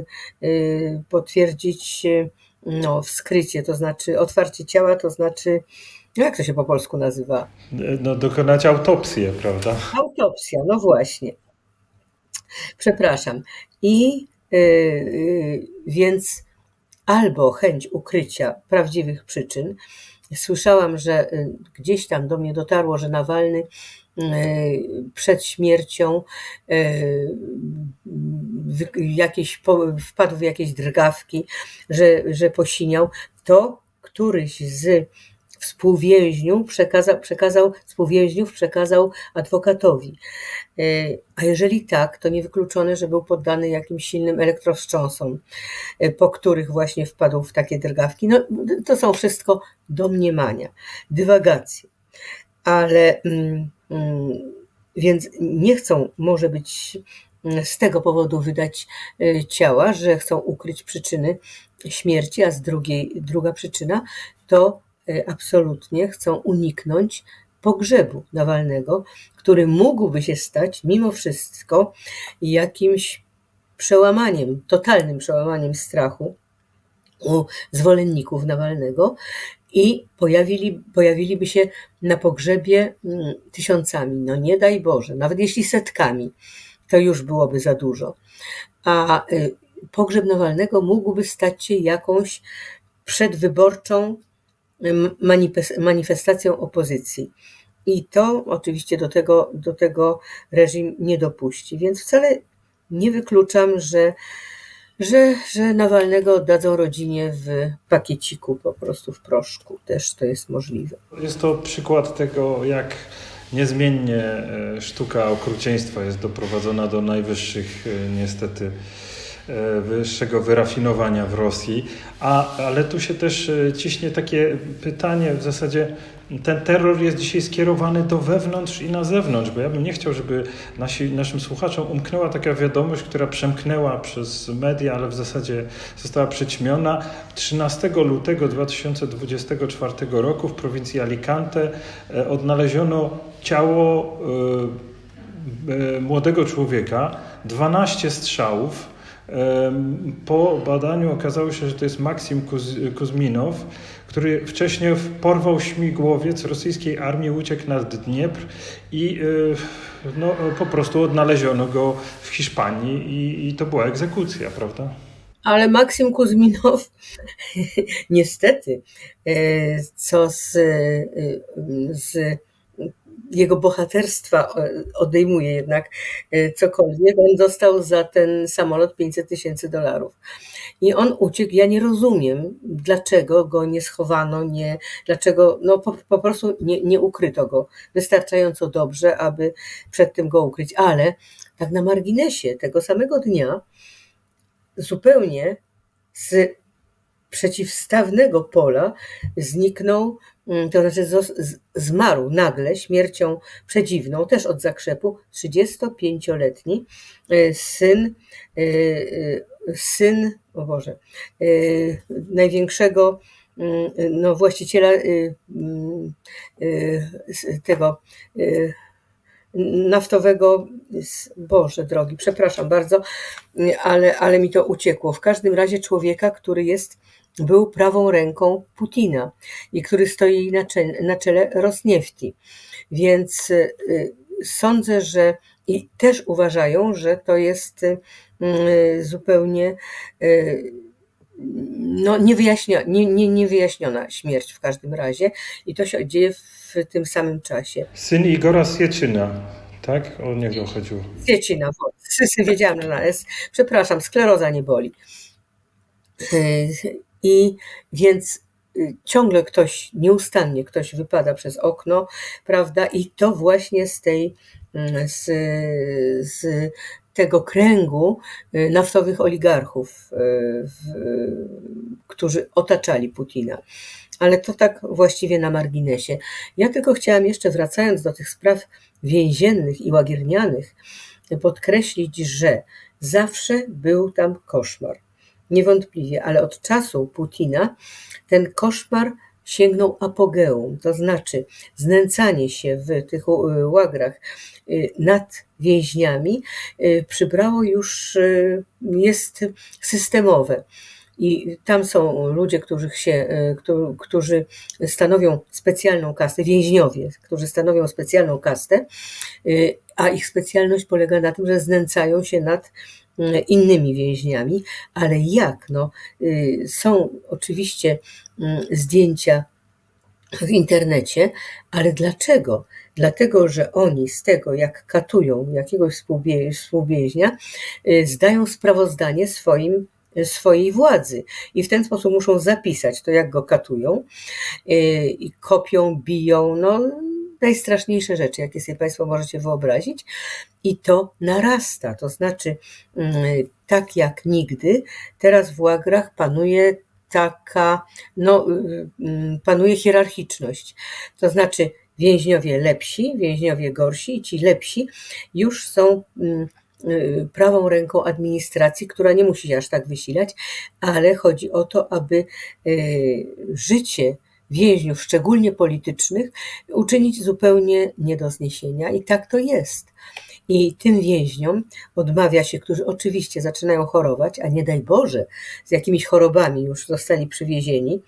potwierdzić no, wskrycie, to znaczy otwarcie ciała, to znaczy, jak to się po polsku nazywa? No, dokonać autopsję, prawda? Autopsja, no właśnie. Przepraszam. I yy, yy, więc albo chęć ukrycia prawdziwych przyczyn. Słyszałam, że yy, gdzieś tam do mnie dotarło, że Nawalny yy, przed śmiercią yy, jakieś, po, wpadł w jakieś drgawki, że, że posiniał. To któryś z współwięźniów przekazał, przekazał, współwięźniów przekazał adwokatowi. A jeżeli tak, to niewykluczone, że był poddany jakimś silnym elektrowstrząsom, po których właśnie wpadł w takie drgawki. No, to są wszystko domniemania, dywagacje. Ale więc nie chcą może być z tego powodu wydać ciała, że chcą ukryć przyczyny śmierci, a z drugiej, druga przyczyna to absolutnie chcą uniknąć pogrzebu Nawalnego, który mógłby się stać mimo wszystko jakimś przełamaniem, totalnym przełamaniem strachu u zwolenników Nawalnego i pojawili, pojawiliby się na pogrzebie tysiącami, no nie daj Boże, nawet jeśli setkami, to już byłoby za dużo. A pogrzeb Nawalnego mógłby stać się jakąś przedwyborczą manifestacją opozycji. I to oczywiście do tego, do tego reżim nie dopuści. Więc wcale nie wykluczam, że, że, że Nawalnego oddadzą rodzinie w pakieciku, po prostu w proszku. Też to jest możliwe. Jest to przykład tego, jak niezmiennie sztuka okrucieństwa jest doprowadzona do najwyższych niestety wyższego wyrafinowania w Rosji, a, ale tu się też ciśnie takie pytanie, w zasadzie ten terror jest dzisiaj skierowany do wewnątrz i na zewnątrz, bo ja bym nie chciał, żeby nasi, naszym słuchaczom umknęła taka wiadomość, która przemknęła przez media, ale w zasadzie została przyćmiona. trzynastego lutego dwa tysiące dwudziestego czwartego roku w prowincji Alicante odnaleziono ciało młodego człowieka, dwanaście strzałów. Po badaniu okazało się, że to jest Maksim Kuzminow, który wcześniej porwał śmigłowiec rosyjskiej armii, uciekł nad Dniepr i no, po prostu odnaleziono go w Hiszpanii i, i to była egzekucja, prawda? Ale Maksim Kuzminow niestety, co z, z jego bohaterstwa odejmuje jednak cokolwiek, on dostał za ten samolot pięćset tysięcy dolarów. I on uciekł. Ja nie rozumiem, dlaczego go nie schowano, nie, dlaczego, no po, po prostu nie, nie ukryto go wystarczająco dobrze, aby przed tym go ukryć. Ale tak na marginesie, tego samego dnia zupełnie z przeciwstawnego pola zniknął, to znaczy zmarł nagle śmiercią przedziwną, też od zakrzepu, trzydziestopięcioletni syn, syn, o Boże, największego no, właściciela tego naftowego, Boże drogi, przepraszam bardzo, ale, ale mi to uciekło. W każdym razie człowieka, który jest, był prawą ręką Putina i który stoi na czele, na czele Rosniefti. Więc sądzę, że i też uważają, że to jest zupełnie no, niewyjaśniona, nie, nie, niewyjaśniona śmierć w każdym razie i to się dzieje w tym samym czasie. Syn Igora Sieczyna, tak? O niego chodziło. Sieczyna, bo wiedziałam, że na S. Przepraszam, skleroza nie boli. I więc ciągle ktoś, nieustannie ktoś wypada przez okno, prawda? I to właśnie z tej, z, z tego kręgu naftowych oligarchów, którzy otaczali Putina. Ale to tak właściwie na marginesie. Ja tylko chciałam jeszcze, wracając do tych spraw więziennych i łagiernianych, podkreślić, że zawsze był tam koszmar. Niewątpliwie, ale od czasu Putina ten koszmar sięgnął apogeum, to znaczy znęcanie się w tych łagrach nad więźniami przybrało już, jest systemowe. I tam są ludzie, którzy, się, którzy stanowią specjalną kastę, więźniowie, którzy stanowią specjalną kastę, a ich specjalność polega na tym, że znęcają się nad innymi więźniami, ale jak? No, są oczywiście zdjęcia w internecie, ale dlaczego? Dlatego, że oni z tego, jak katują jakiegoś współwięźnia, zdają sprawozdanie swoim swojej władzy i w ten sposób muszą zapisać to, jak go katują i kopią, biją, no najstraszniejsze rzeczy, jakie sobie Państwo możecie wyobrazić i to narasta, to znaczy tak jak nigdy teraz w łagrach panuje taka, no panuje hierarchiczność, to znaczy więźniowie lepsi, więźniowie gorsi i ci lepsi już są prawą ręką administracji, która nie musi się aż tak wysilać, ale chodzi o to, aby życie więźniów, szczególnie politycznych, uczynić zupełnie nie do zniesienia i tak to jest. I tym więźniom odmawia się, którzy oczywiście zaczynają chorować, a nie daj Boże, z jakimiś chorobami już zostali przywiezieni,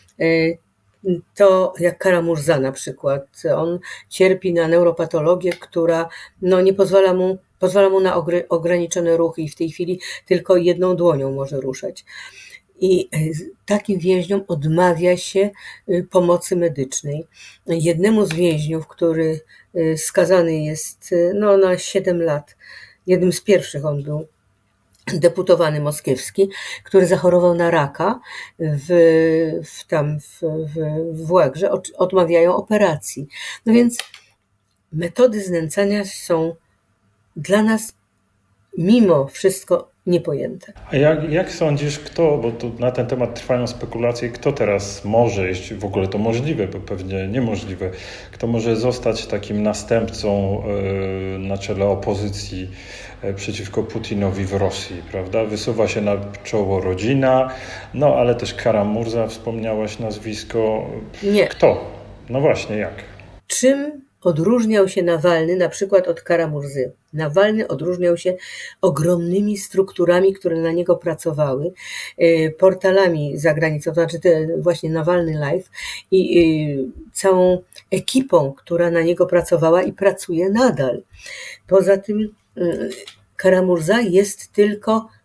to jak Kara-Murza na przykład, on cierpi na neuropatologię, która no, nie pozwala mu, pozwala mu na ograniczone ruchy i w tej chwili tylko jedną dłonią może ruszać. I takim więźniom odmawia się pomocy medycznej. Jednemu z więźniów, który skazany jest no, na siedem lat, jednym z pierwszych on był, deputowany moskiewski, który zachorował na raka w, w, tam w, w, w Łagrze, odmawiają operacji. No więc metody znęcania są dla nas mimo wszystko niepojęte. A jak, jak sądzisz, kto, bo tu na ten temat trwają spekulacje, kto teraz może, jeśli w ogóle to możliwe, bo pewnie niemożliwe, kto może zostać takim następcą yy, na czele opozycji yy, przeciwko Putinowi w Rosji, prawda? Wysuwa się na czoło rodzina, no ale też Kara-Murza, wspomniałaś nazwisko. Nie. Kto? No właśnie, jak? Czym odróżniał się Nawalny na przykład od Kara-Murzy? Nawalny odróżniał się ogromnymi strukturami, które na niego pracowały, portalami za granicą, to znaczy te właśnie Nawalny Live i całą ekipą, która na niego pracowała i pracuje nadal. Poza tym Kara-Murza jest tylko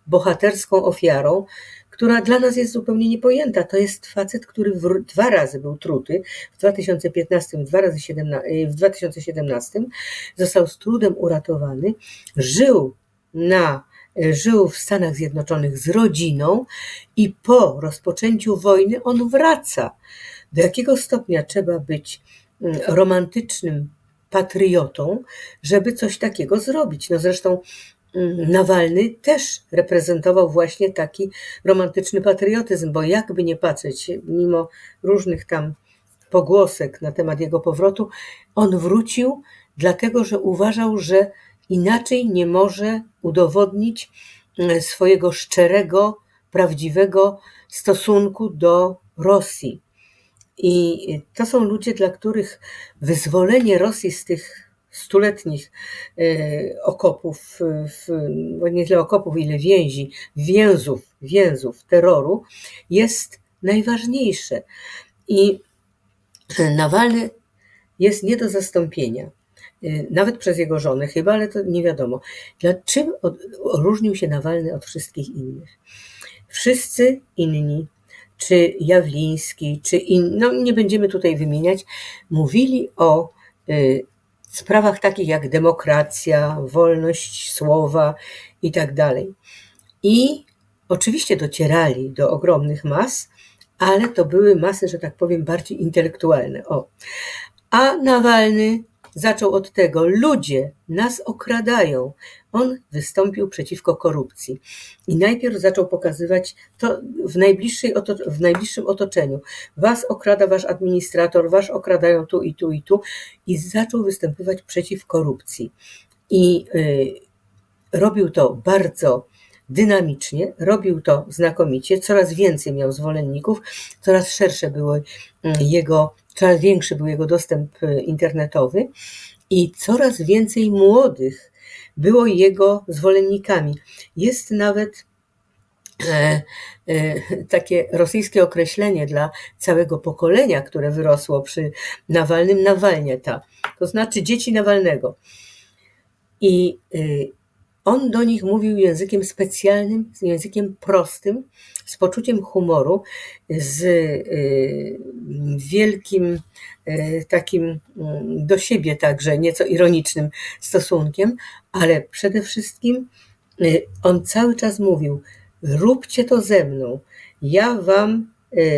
bohaterską ofiarą, która dla nas jest zupełnie niepojęta. To jest facet, który w, dwa razy był truty, w dwa tysiące piętnastym, dwa razy w dwa tysiące siedemnastym został z trudem uratowany, żył na, żył w Stanach Zjednoczonych z rodziną i po rozpoczęciu wojny on wraca. Do jakiego stopnia trzeba być romantycznym patriotą, żeby coś takiego zrobić? No zresztą Nawalny też reprezentował właśnie taki romantyczny patriotyzm, bo jakby nie patrzeć, mimo różnych tam pogłosek na temat jego powrotu, on wrócił dlatego, że uważał, że inaczej nie może udowodnić swojego szczerego, prawdziwego stosunku do Rosji. I to są ludzie, dla których wyzwolenie Rosji z tych stuletnich okopów, nie tyle okopów, ile więzi, więzów, więzów terroru jest najważniejsze. I Nawalny jest nie do zastąpienia. Nawet przez jego żonę chyba, ale to nie wiadomo. Czym różnił się Nawalny od wszystkich innych? Wszyscy inni, czy Jawliński, czy inni, no nie będziemy tutaj wymieniać, mówili o y, sprawach takich jak demokracja, wolność słowa i tak dalej. I oczywiście docierali do ogromnych mas, ale to były masy, że tak powiem, bardziej intelektualne. O. A Nawalny zaczął od tego, ludzie nas okradają. On wystąpił przeciwko korupcji i najpierw zaczął pokazywać to w, najbliższej, w najbliższym otoczeniu. Was okrada wasz administrator, was okradają tu i tu i tu i zaczął występować przeciw korupcji. I y, robił to bardzo dynamicznie, robił to znakomicie, coraz więcej miał zwolenników, coraz szersze były jego, coraz większy był jego dostęp internetowy i coraz więcej młodych było jego zwolennikami. Jest nawet e, e, takie rosyjskie określenie dla całego pokolenia, które wyrosło przy Nawalnym, Nawalnieta, to znaczy dzieci Nawalnego. I e, on do nich mówił językiem specjalnym, językiem prostym, z poczuciem humoru, z wielkim takim do siebie także nieco ironicznym stosunkiem, ale przede wszystkim on cały czas mówił: róbcie to ze mną, ja wam,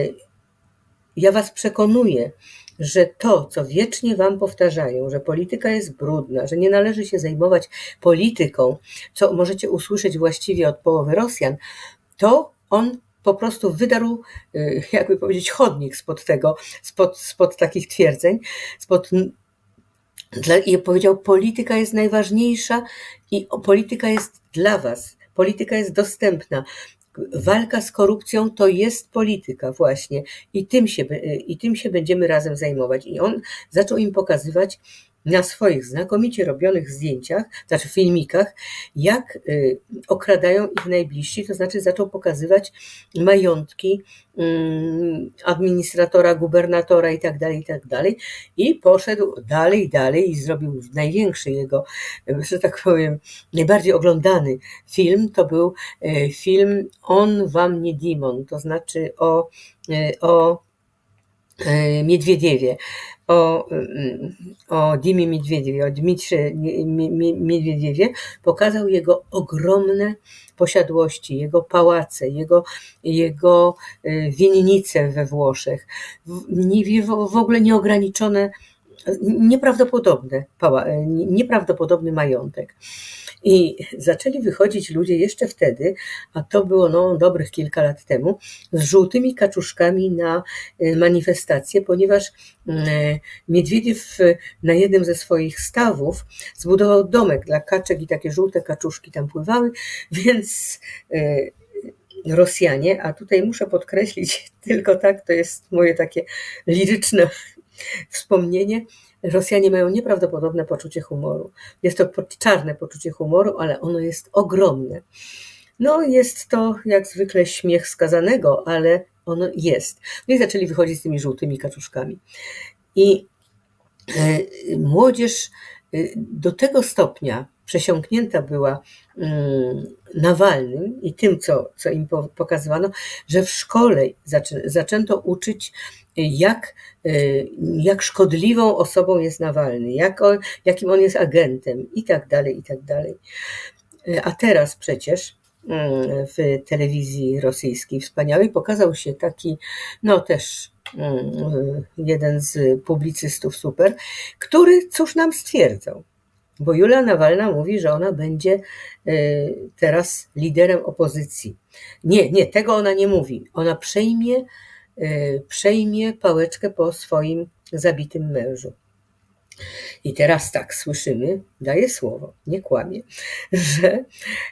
ja was przekonuję, że to, co wiecznie wam powtarzają, że polityka jest brudna, że nie należy się zajmować polityką, co możecie usłyszeć właściwie od połowy Rosjan, to on po prostu wydarł, jakby powiedzieć, chodnik spod tego, spod, spod takich twierdzeń, spod, i powiedział: polityka jest najważniejsza i polityka jest dla was, polityka jest dostępna. Walka z korupcją to jest polityka właśnie i tym się, i tym się będziemy razem zajmować. I on zaczął im pokazywać na swoich znakomicie robionych zdjęciach, znaczy filmikach, jak okradają ich najbliżsi, to znaczy zaczął pokazywać majątki administratora, gubernatora i tak dalej, i tak dalej. I poszedł dalej, dalej i zrobił największy jego, że tak powiem, najbardziej oglądany film, to był film On wam nie Dimon, to znaczy o, o Miedwiediewie, o, o Dimie Miedwiediewie, o Dmitrze Miedwiediewie, pokazał jego ogromne posiadłości, jego pałace, jego, jego winnice we Włoszech, w ogóle nieograniczone, nieprawdopodobne, nieprawdopodobny majątek. I zaczęli wychodzić ludzie jeszcze wtedy, a to było no, dobrych kilka lat temu, z żółtymi kaczuszkami na manifestacje, ponieważ Miedwiediew na jednym ze swoich stawów zbudował domek dla kaczek i takie żółte kaczuszki tam pływały, więc Rosjanie, a tutaj muszę podkreślić tylko tak, to jest moje takie liryczne wspomnienie, Rosjanie mają nieprawdopodobne poczucie humoru. Jest to czarne poczucie humoru, ale ono jest ogromne. No jest to jak zwykle śmiech skazanego, ale ono jest. No i zaczęli wychodzić z tymi żółtymi kaczuszkami. I młodzież do tego stopnia przesiąknięta była Nawalnym i tym, co, co im pokazywano, że w szkole zaczę, zaczęto uczyć, jak, jak szkodliwą osobą jest Nawalny, jak on, jakim on jest agentem i tak dalej, i tak dalej. A teraz przecież w telewizji rosyjskiej wspaniałej pokazał się taki, no też jeden z publicystów super, który cóż nam stwierdzał. Bo Julia Nawalna mówi, że ona będzie teraz liderem opozycji. Nie, nie, tego ona nie mówi. Ona przejmie, przejmie pałeczkę po swoim zabitym mężu. I teraz tak, słyszymy, daję słowo, nie kłamie, że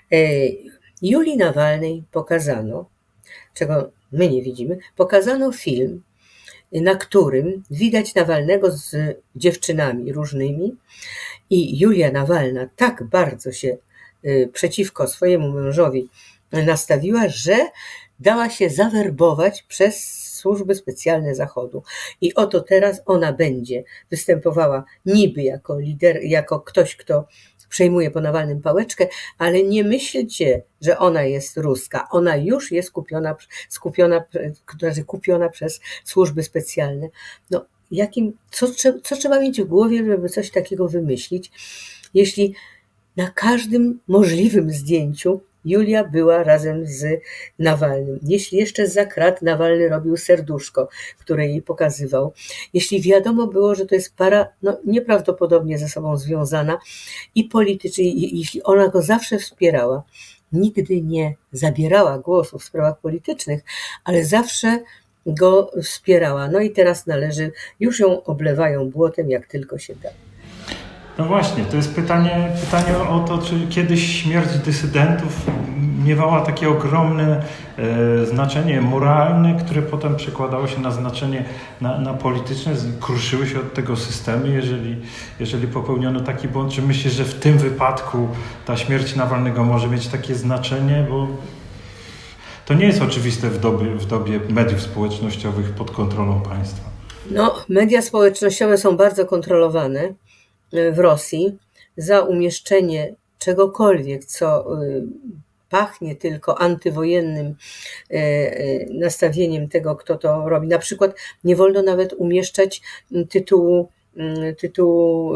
Julii Nawalnej pokazano, czego my nie widzimy, pokazano film, na którym widać Nawalnego z dziewczynami różnymi i Julia Nawalna tak bardzo się przeciwko swojemu mężowi nastawiła, że dała się zawerbować przez służby specjalne Zachodu. I oto teraz ona będzie występowała niby jako lider, jako ktoś, kto przejmuje po Nawalnym pałeczkę, ale nie myślcie, że ona jest ruska. Ona już jest kupiona, skupiona, kupiona przez służby specjalne. No, jakim, co, co trzeba mieć w głowie, żeby coś takiego wymyślić, jeśli na każdym możliwym zdjęciu Julia była razem z Nawalnym. Jeśli jeszcze za krat Nawalny robił serduszko, które jej pokazywał. Jeśli wiadomo było, że to jest para no, nieprawdopodobnie ze sobą związana i politycznie, jeśli ona go zawsze wspierała, nigdy nie zabierała głosu w sprawach politycznych, ale zawsze go wspierała. No i teraz należy, już ją oblewają błotem, jak tylko się da. No właśnie, to jest pytanie, pytanie o to, czy kiedyś śmierć dysydentów miewała takie ogromne e, znaczenie moralne, które potem przekładało się na znaczenie na, na polityczne, kruszyły się od tego systemu, jeżeli, jeżeli popełniono taki błąd. Czy myślisz, że w tym wypadku ta śmierć Nawalnego może mieć takie znaczenie? Bo to nie jest oczywiste w dobie, w dobie mediów społecznościowych pod kontrolą państwa. No, media społecznościowe są bardzo kontrolowane w Rosji. Za umieszczenie czegokolwiek, co pachnie tylko antywojennym nastawieniem tego, kto to robi. Na przykład nie wolno nawet umieszczać tytułu, tytułu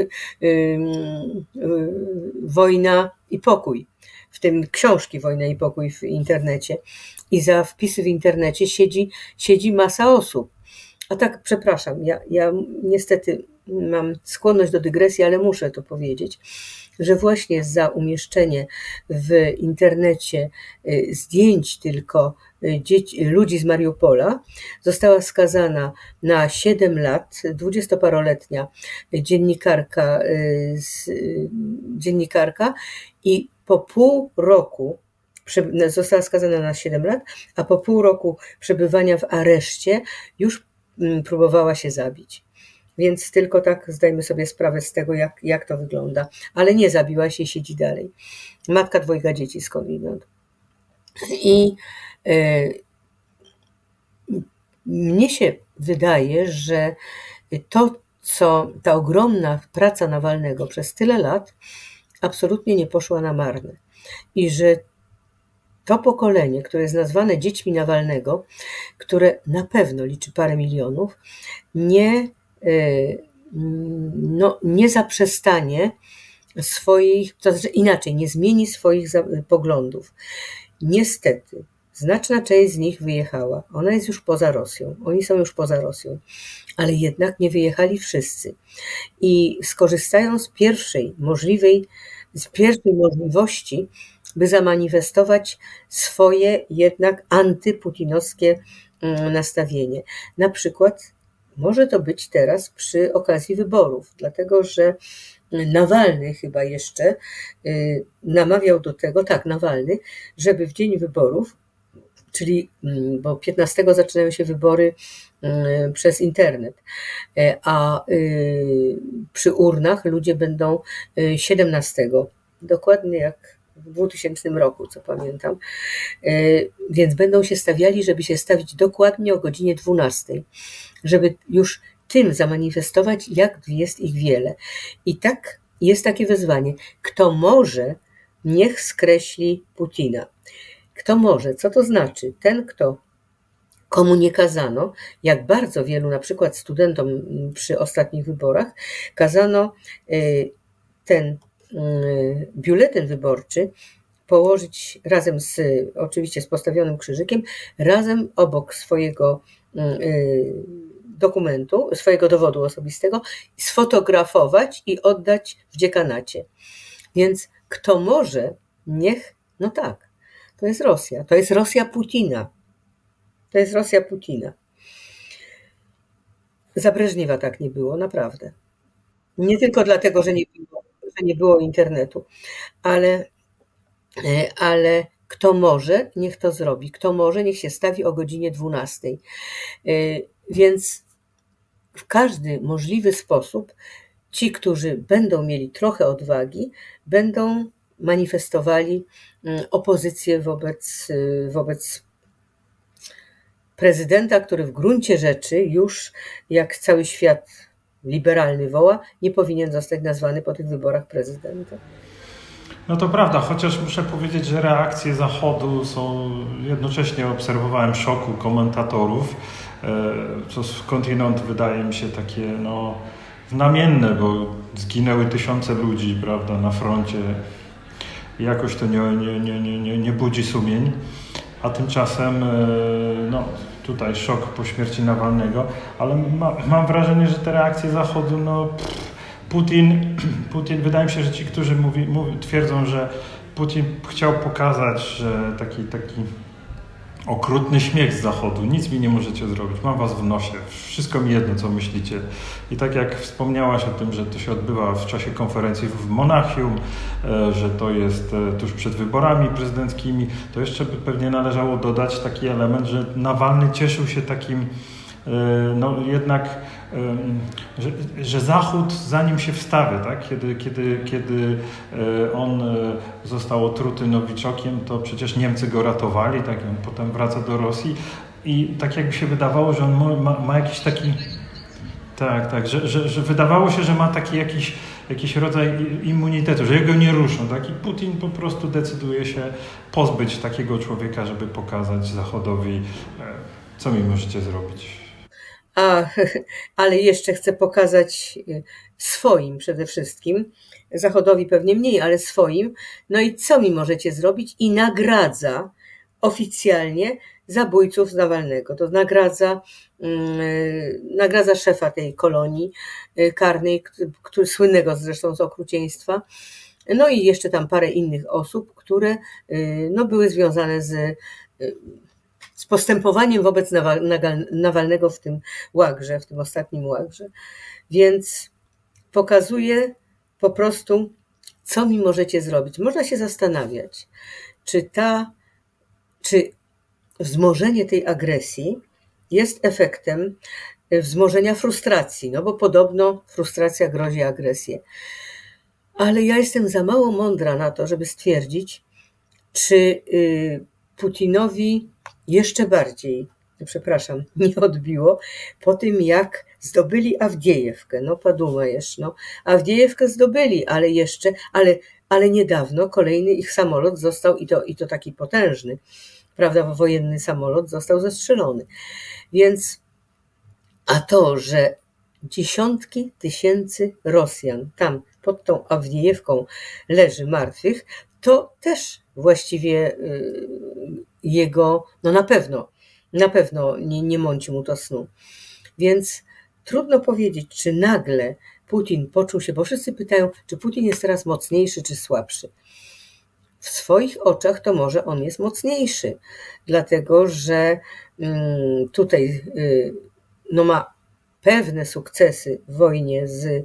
Wojna i pokój, w tym książki Wojna i pokój w internecie. I za wpisy w internecie siedzi, siedzi masa osób. A tak, przepraszam, ja, ja niestety mam skłonność do dygresji, ale muszę to powiedzieć, że właśnie za umieszczenie w internecie zdjęć tylko dzieci, ludzi z Mariupola została skazana na siedem lat dwudziestoparoletnia dziennikarka, dziennikarka i po pół roku została skazana na siedem lat, a po pół roku przebywania w areszcie już próbowała się zabić. Więc tylko tak zdajmy sobie sprawę z tego, jak, jak to wygląda. Ale nie zabiła się, siedzi dalej. Matka dwojga dzieci skądinąd. I e, mnie się wydaje, że to, co ta ogromna praca Nawalnego przez tyle lat absolutnie nie poszła na marne. I że to pokolenie, które jest nazwane dziećmi Nawalnego, które na pewno liczy parę milionów, nie, no, nie zaprzestanie swoich, to znaczy inaczej, nie zmieni swoich poglądów. Niestety, znaczna część z nich wyjechała. Ona jest już poza Rosją. Oni są już poza Rosją. Ale jednak nie wyjechali wszyscy. I skorzystają z pierwszej możliwej, z pierwszej możliwości, by zamanifestować swoje jednak antyputinowskie nastawienie. Na przykład może to być teraz przy okazji wyborów, dlatego że Nawalny chyba jeszcze namawiał do tego, tak, Nawalny, żeby w dzień wyborów, czyli, bo piętnastego zaczynają się wybory przez internet, a przy urnach ludzie będą siedemnastego, dokładnie jak w dwutysięcznym roku, co pamiętam, więc będą się stawiali, żeby się stawić dokładnie o godzinie dwunastej, żeby już tym zamanifestować, jak jest ich wiele. I tak jest takie wezwanie. Kto może, niech skreśli Putina. Kto może? Co to znaczy? Ten, kto komu nie kazano, jak bardzo wielu na przykład studentom przy ostatnich wyborach, kazano ten biuletyn wyborczy położyć razem z, oczywiście z postawionym krzyżykiem, razem obok swojego dokumentu, swojego dowodu osobistego, sfotografować i oddać w dziekanacie. Więc kto może, niech, no tak, to jest Rosja, to jest Rosja Putina. To jest Rosja Putina. Za Breżniewa tak nie było, naprawdę. Nie tylko dlatego, że nie było, że nie było internetu, ale, ale kto może, niech to zrobi. Kto może, niech się stawi o godzinie dwunastej. Więc w każdy możliwy sposób ci, którzy będą mieli trochę odwagi, będą manifestowali opozycję wobec, wobec prezydenta, który w gruncie rzeczy już, jak cały świat liberalny woła, nie powinien zostać nazwany po tych wyborach prezydentem. No to prawda, chociaż muszę powiedzieć, że reakcje Zachodu są, jednocześnie obserwowałem szoku komentatorów, co skądinąd wydaje mi się takie no, znamienne, bo zginęły tysiące ludzi, prawda, na froncie. Jakoś to nie, nie, nie, nie, nie budzi sumień, a tymczasem no, tutaj szok po śmierci Nawalnego, ale ma, mam wrażenie, że te reakcje Zachodu, no Putin, Putin, wydaje mi się, że ci, którzy mówi, mówi, twierdzą, że Putin chciał pokazać, że taki, taki okrutny śmiech z Zachodu, nic mi nie możecie zrobić, mam was w nosie, wszystko mi jedno, co myślicie. I tak jak wspomniałaś o tym, że to się odbywa w czasie konferencji w Monachium, że to jest tuż przed wyborami prezydenckimi, to jeszcze by pewnie należało dodać taki element, że Nawalny cieszył się takim, no jednak, że, że Zachód za nim się wstawia, tak? Kiedy, kiedy, kiedy on został otruty nowiczokiem, to przecież Niemcy go ratowali, tak? I on potem wraca do Rosji i tak jakby się wydawało, że on ma, ma jakiś taki, tak, tak, że, że, że wydawało się, że ma taki jakiś, jakiś rodzaj immunitetu, że jego nie ruszą, tak? I Putin po prostu decyduje się pozbyć takiego człowieka, żeby pokazać Zachodowi, co mi możecie zrobić. A, ale jeszcze chcę pokazać swoim przede wszystkim, Zachodowi pewnie mniej, ale swoim, no i co mi możecie zrobić? I nagradza oficjalnie zabójców Nawalnego. To nagradza, nagradza szefa tej kolonii karnej, który, słynnego zresztą z okrucieństwa, no i jeszcze tam parę innych osób, które no, były związane z z postępowaniem wobec Nawalnego w tym łagrze, w tym ostatnim łagrze. Więc pokazuje po prostu, co mi możecie zrobić. Można się zastanawiać, czy ta, czy wzmożenie tej agresji jest efektem wzmożenia frustracji, no bo podobno frustracja grozi agresję. Ale ja jestem za mało mądra na to, żeby stwierdzić, czy Putinowi jeszcze bardziej, przepraszam, nie odbiło po tym, jak zdobyli Awdiejewkę. No padumajesz, no. Awdiejewkę zdobyli, ale jeszcze, ale, ale niedawno kolejny ich samolot został, i to, i to taki potężny, prawda, wojenny samolot został zestrzelony. Więc, a to, że dziesiątki tysięcy Rosjan tam pod tą Awdiejewką leży martwych, to też właściwie jego, no na pewno, na pewno nie, nie mąci mu to snu. Więc trudno powiedzieć, czy nagle Putin poczuł się, bo wszyscy pytają, czy Putin jest teraz mocniejszy, czy słabszy. W swoich oczach to może on jest mocniejszy, dlatego że tutaj no ma pewne sukcesy w wojnie z,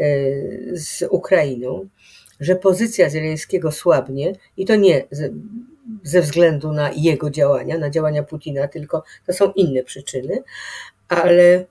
z Ukrainą, że pozycja Zełenskiego słabnie i to nie ze względu na jego działania, na działania Putina, tylko to są inne przyczyny, ale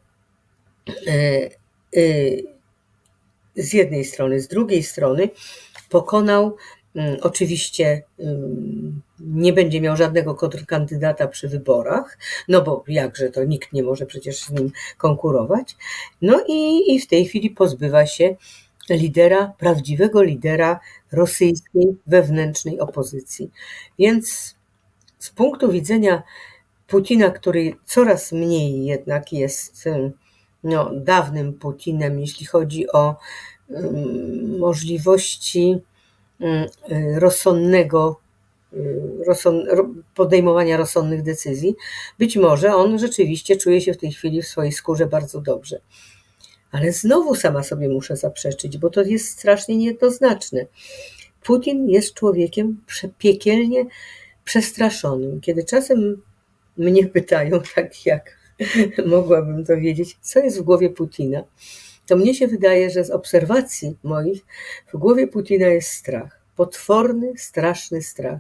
z jednej strony, z drugiej strony pokonał, oczywiście nie będzie miał żadnego kontrkandydata przy wyborach, no bo jakże to nikt nie może przecież z nim konkurować, no i, i w tej chwili pozbywa się lidera, prawdziwego lidera rosyjskiej wewnętrznej opozycji. Więc z punktu widzenia Putina, który coraz mniej jednak jest no, dawnym Putinem, jeśli chodzi o um, możliwości um, rozsądnego rozsąd, podejmowania rozsądnych decyzji, być może on rzeczywiście czuje się w tej chwili w swojej skórze bardzo dobrze. Ale znowu sama sobie muszę zaprzeczyć, bo to jest strasznie niejednoznaczne. Putin jest człowiekiem piekielnie przestraszonym. Kiedy czasem mnie pytają, tak jak mogłabym to wiedzieć, co jest w głowie Putina, to mnie się wydaje, że z obserwacji moich w głowie Putina jest strach. Potworny, straszny strach.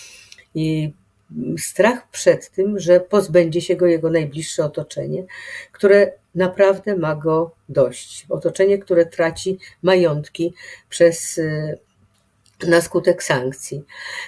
I strach przed tym, że pozbędzie się go jego najbliższe otoczenie, które naprawdę ma go dość. Otoczenie, które traci majątki przez, na skutek sankcji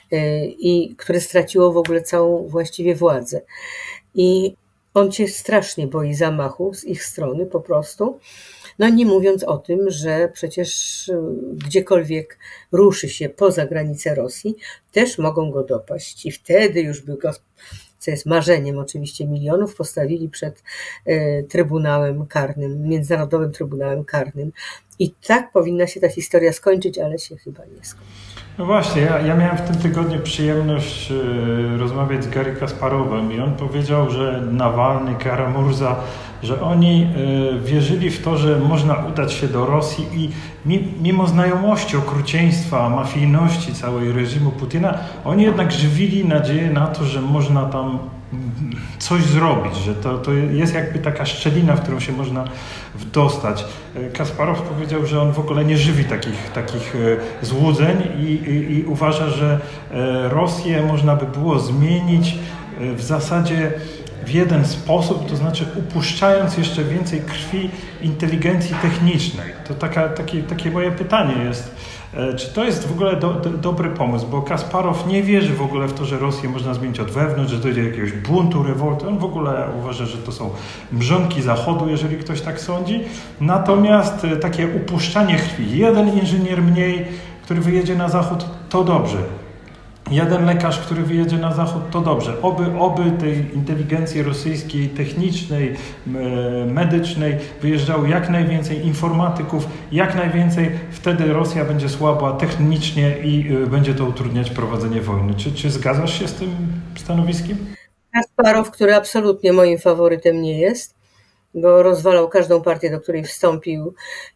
i które straciło w ogóle całą właściwie władzę. I on się strasznie boi zamachu z ich strony po prostu. No nie mówiąc o tym, że przecież gdziekolwiek ruszy się poza granicę Rosji, też mogą go dopaść. I wtedy już by go, co jest marzeniem oczywiście milionów, postawili przed Trybunałem Karnym, Międzynarodowym Trybunałem Karnym. I tak powinna się ta historia skończyć, ale się chyba nie skończy. No właśnie, ja, ja miałem w tym tygodniu przyjemność y, rozmawiać z Garry Kasparowem i on powiedział, że Nawalny, Kara-Murza, że oni y, wierzyli w to, że można udać się do Rosji i mi, mimo znajomości okrucieństwa, mafijności całej reżimu Putina, oni jednak żywili nadzieję na to, że można tam coś zrobić, że to, to jest jakby taka szczelina, w którą się można dostać. Kasparow powiedział, że on w ogóle nie żywi takich, takich złudzeń i, i, i uważa, że Rosję można by było zmienić w zasadzie w jeden sposób, to znaczy upuszczając jeszcze więcej krwi inteligencji technicznej. To taka, takie, takie moje pytanie jest, czy to jest w ogóle do, do, dobry pomysł, bo Kasparow nie wierzy w ogóle w to, że Rosję można zmienić od wewnątrz, że dojdzie do jakiegoś buntu, rewolty. On w ogóle uważa, że to są mrzonki Zachodu, jeżeli ktoś tak sądzi. Natomiast takie upuszczanie krwi, jeden inżynier mniej, który wyjedzie na Zachód, to dobrze. Jeden lekarz, który wyjedzie na Zachód, to dobrze. Oby, oby tej inteligencji rosyjskiej, technicznej, medycznej wyjeżdżało jak najwięcej informatyków, jak najwięcej, wtedy Rosja będzie słaba technicznie i będzie to utrudniać prowadzenie wojny. Czy, czy zgadzasz się z tym stanowiskiem? Kasparow, który absolutnie moim faworytem nie jest, bo rozwalał każdą partię, do której wstąpił.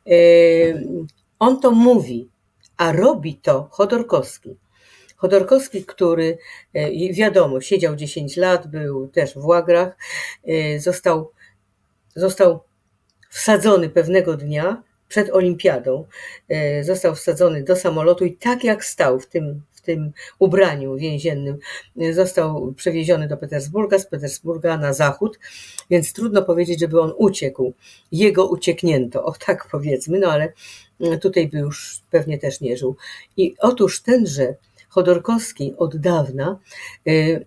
On to mówi, a robi to Chodorkowski. Chodorkowski, który wiadomo, siedział dziesięć lat, był też w łagrach, został, został wsadzony pewnego dnia przed olimpiadą, został wsadzony do samolotu i tak jak stał w tym, w tym ubraniu więziennym, został przewieziony do Petersburga, z Petersburga na zachód, więc trudno powiedzieć, żeby on uciekł. Jego ucieknięto, o tak powiedzmy, no ale tutaj by już pewnie też nie żył. I otóż tenże Chodorkowski od dawna y, y,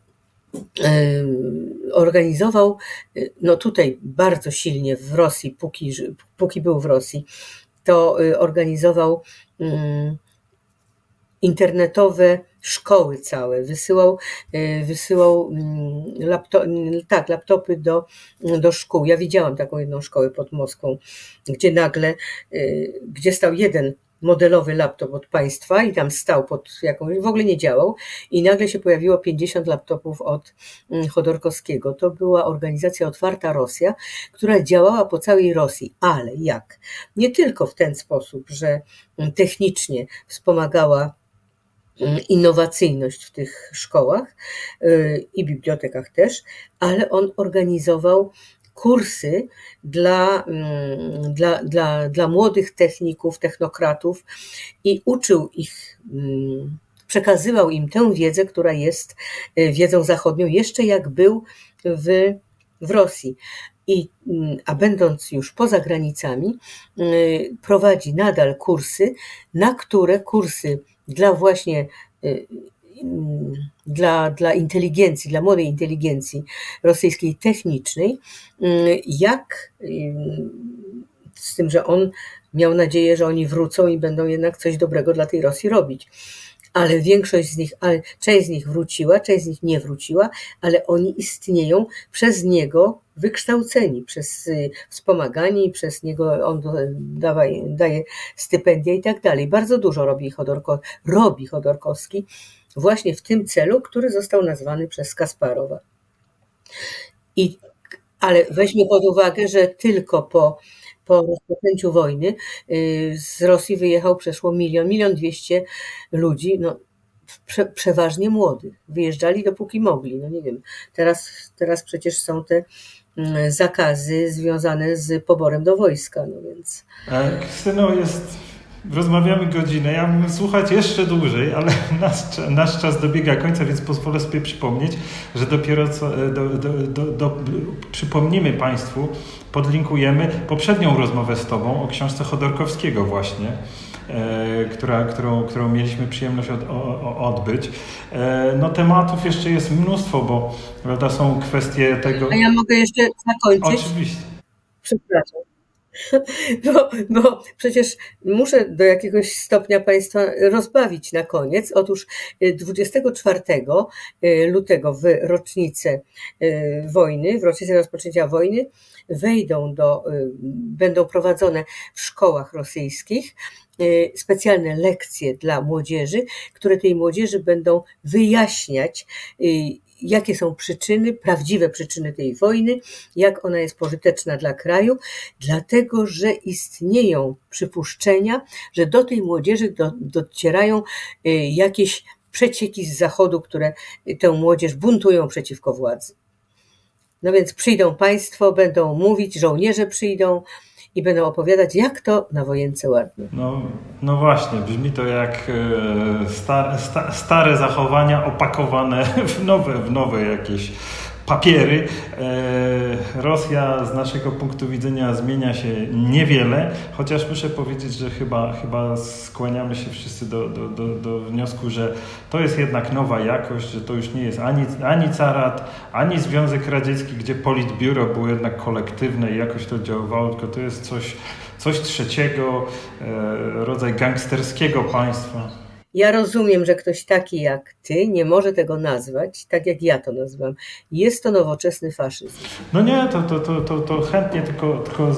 organizował, no tutaj bardzo silnie w Rosji, póki, póki był w Rosji, to organizował y, internetowe szkoły całe, wysyłał, y, wysyłał y, laptop, tak, laptopy do, do szkół. Ja widziałam taką jedną szkołę pod Moskwą, gdzie nagle, y, gdzie stał jeden modelowy laptop od państwa i tam stał pod jakąś, w ogóle nie działał i nagle się pojawiło pięćdziesiąt laptopów od Chodorkowskiego. To była organizacja Otwarta Rosja, która działała po całej Rosji, ale jak? Nie tylko w ten sposób, że technicznie wspomagała innowacyjność w tych szkołach i bibliotekach też, ale on organizował kursy dla, dla, dla, dla młodych techników, technokratów i uczył ich, przekazywał im tę wiedzę, która jest wiedzą zachodnią, jeszcze jak był w, w Rosji. I, a będąc już poza granicami, prowadzi nadal kursy, na które kursy dla właśnie Dla, dla inteligencji, dla młodej inteligencji rosyjskiej technicznej, jak z tym, że on miał nadzieję, że oni wrócą i będą jednak coś dobrego dla tej Rosji robić. Ale większość z nich, ale część z nich wróciła, część z nich nie wróciła, ale oni istnieją przez niego wykształceni, przez wspomaganie, przez niego on daje, daje stypendia i tak dalej. Bardzo dużo robi, Chodorko, robi Chodorkowski właśnie w tym celu, który został nazwany przez Kasparowa. I, ale weźmy pod uwagę, że tylko po Po rozpoczęciu wojny z Rosji wyjechał przeszło milion, milion dwieście ludzi, no, prze, przeważnie młodych. Wyjeżdżali dopóki mogli. No nie wiem, teraz, teraz przecież są te zakazy związane z poborem do wojska, no więc... Krystyno, jest... Rozmawiamy godzinę, ja bym słuchać jeszcze dłużej, ale nasz, nasz czas dobiega końca, więc pozwolę sobie przypomnieć, że dopiero co, do, do, do, do, przypomnimy Państwu, podlinkujemy poprzednią rozmowę z Tobą o książce Chodorkowskiego właśnie, e, która, którą, którą mieliśmy przyjemność od, o, odbyć. E, no tematów jeszcze jest mnóstwo, bo prawda, są kwestie tego... A ja mogę jeszcze zakończyć? Oczywiście. Przepraszam. Bo, bo przecież muszę do jakiegoś stopnia Państwa rozbawić na koniec. Otóż dwudziestego czwartego lutego w rocznicę wojny, w rocznicę rozpoczęcia wojny wejdą do, będą prowadzone w szkołach rosyjskich specjalne lekcje dla młodzieży, które tej młodzieży będą wyjaśniać, jakie są przyczyny, prawdziwe przyczyny tej wojny, jak ona jest pożyteczna dla kraju, dlatego że istnieją przypuszczenia, że do tej młodzieży do, docierają jakieś przecieki z Zachodu, które tę młodzież buntują przeciwko władzy. No więc przyjdą państwo, będą mówić, żołnierze przyjdą i będą opowiadać, jak to na wojence ładnie. No, no właśnie, brzmi to jak stare, stare zachowania opakowane w nowe, w nowe jakieś papiery. Rosja z naszego punktu widzenia zmienia się niewiele, chociaż muszę powiedzieć, że chyba, chyba skłaniamy się wszyscy do, do, do, do wniosku, że to jest jednak nowa jakość, że to już nie jest ani, ani carat, ani Związek Radziecki, gdzie politbiuro było jednak kolektywne i jakoś to działało, tylko to jest coś, coś trzeciego, rodzaj gangsterskiego państwa. Ja rozumiem, że ktoś taki jak ty nie może tego nazwać, tak jak ja to nazywam. Jest to nowoczesny faszyzm. No nie, to, to, to, to, to chętnie, tylko, tylko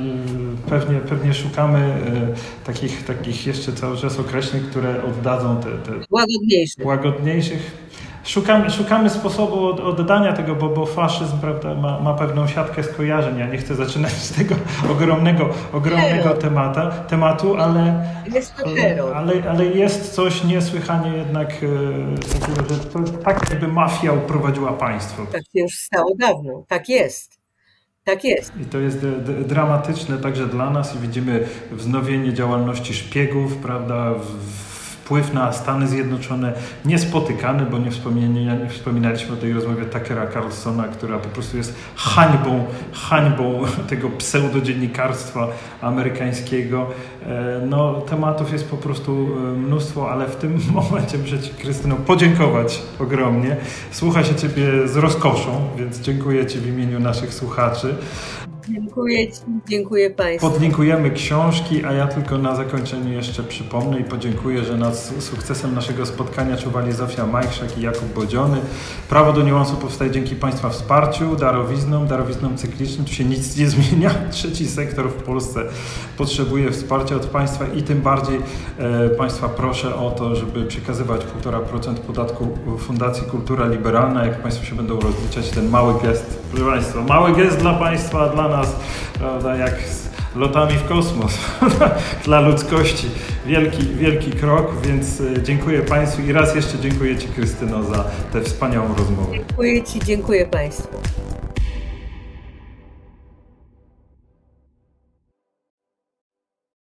pewnie, pewnie szukamy takich, takich jeszcze cały czas określeń, które oddadzą te... te łagodniejszych. łagodniejszych. Szukamy, szukamy sposobu od, oddania tego, bo, bo faszyzm, prawda, ma, ma pewną siatkę skojarzeń. Ja nie chcę zaczynać z tego ogromnego, ogromnego temata, tematu, ale jest, to ale, ale, ale jest coś niesłychanie jednak takiego, że to tak jakby mafia uprowadziła państwo. Tak się już stało dawno. Tak jest. Tak jest. I to jest d- d- dramatyczne także dla nas i widzimy wznowienie działalności szpiegów, prawda, w, wpływ na Stany Zjednoczone niespotykany, bo nie, nie wspominaliśmy o tej rozmowie Tuckera Carlsona, która po prostu jest hańbą, hańbą tego pseudodziennikarstwa amerykańskiego. No, tematów jest po prostu mnóstwo, ale w tym momencie muszę Ci, Krystyno, podziękować ogromnie. Słucha się Ciebie z rozkoszą, więc dziękuję Ci w imieniu naszych słuchaczy. Dziękuję Ci, dziękuję Państwu. Podlinkujemy książki, a ja tylko na zakończenie jeszcze przypomnę i podziękuję, że nad sukcesem naszego spotkania czuwali Zofia Majchrzak i Jakub Bodziony. Prawo do niuansu powstaje dzięki Państwa wsparciu, darowiznom, darowiznom cyklicznym. Tu się nic nie zmienia. Trzeci sektor w Polsce potrzebuje wsparcia od Państwa i tym bardziej e, Państwa proszę o to, żeby przekazywać półtora procent podatku Fundacji Kultura Liberalna. Jak Państwo się będą rozliczać, ten mały gest, proszę Państwa, mały gest dla Państwa, dla nas, prawda, jak z lotami w kosmos dla ludzkości. Wielki, wielki krok, więc dziękuję Państwu i raz jeszcze dziękuję Ci, Krystyno, za tę wspaniałą rozmowę. Dziękuję Ci, dziękuję Państwu.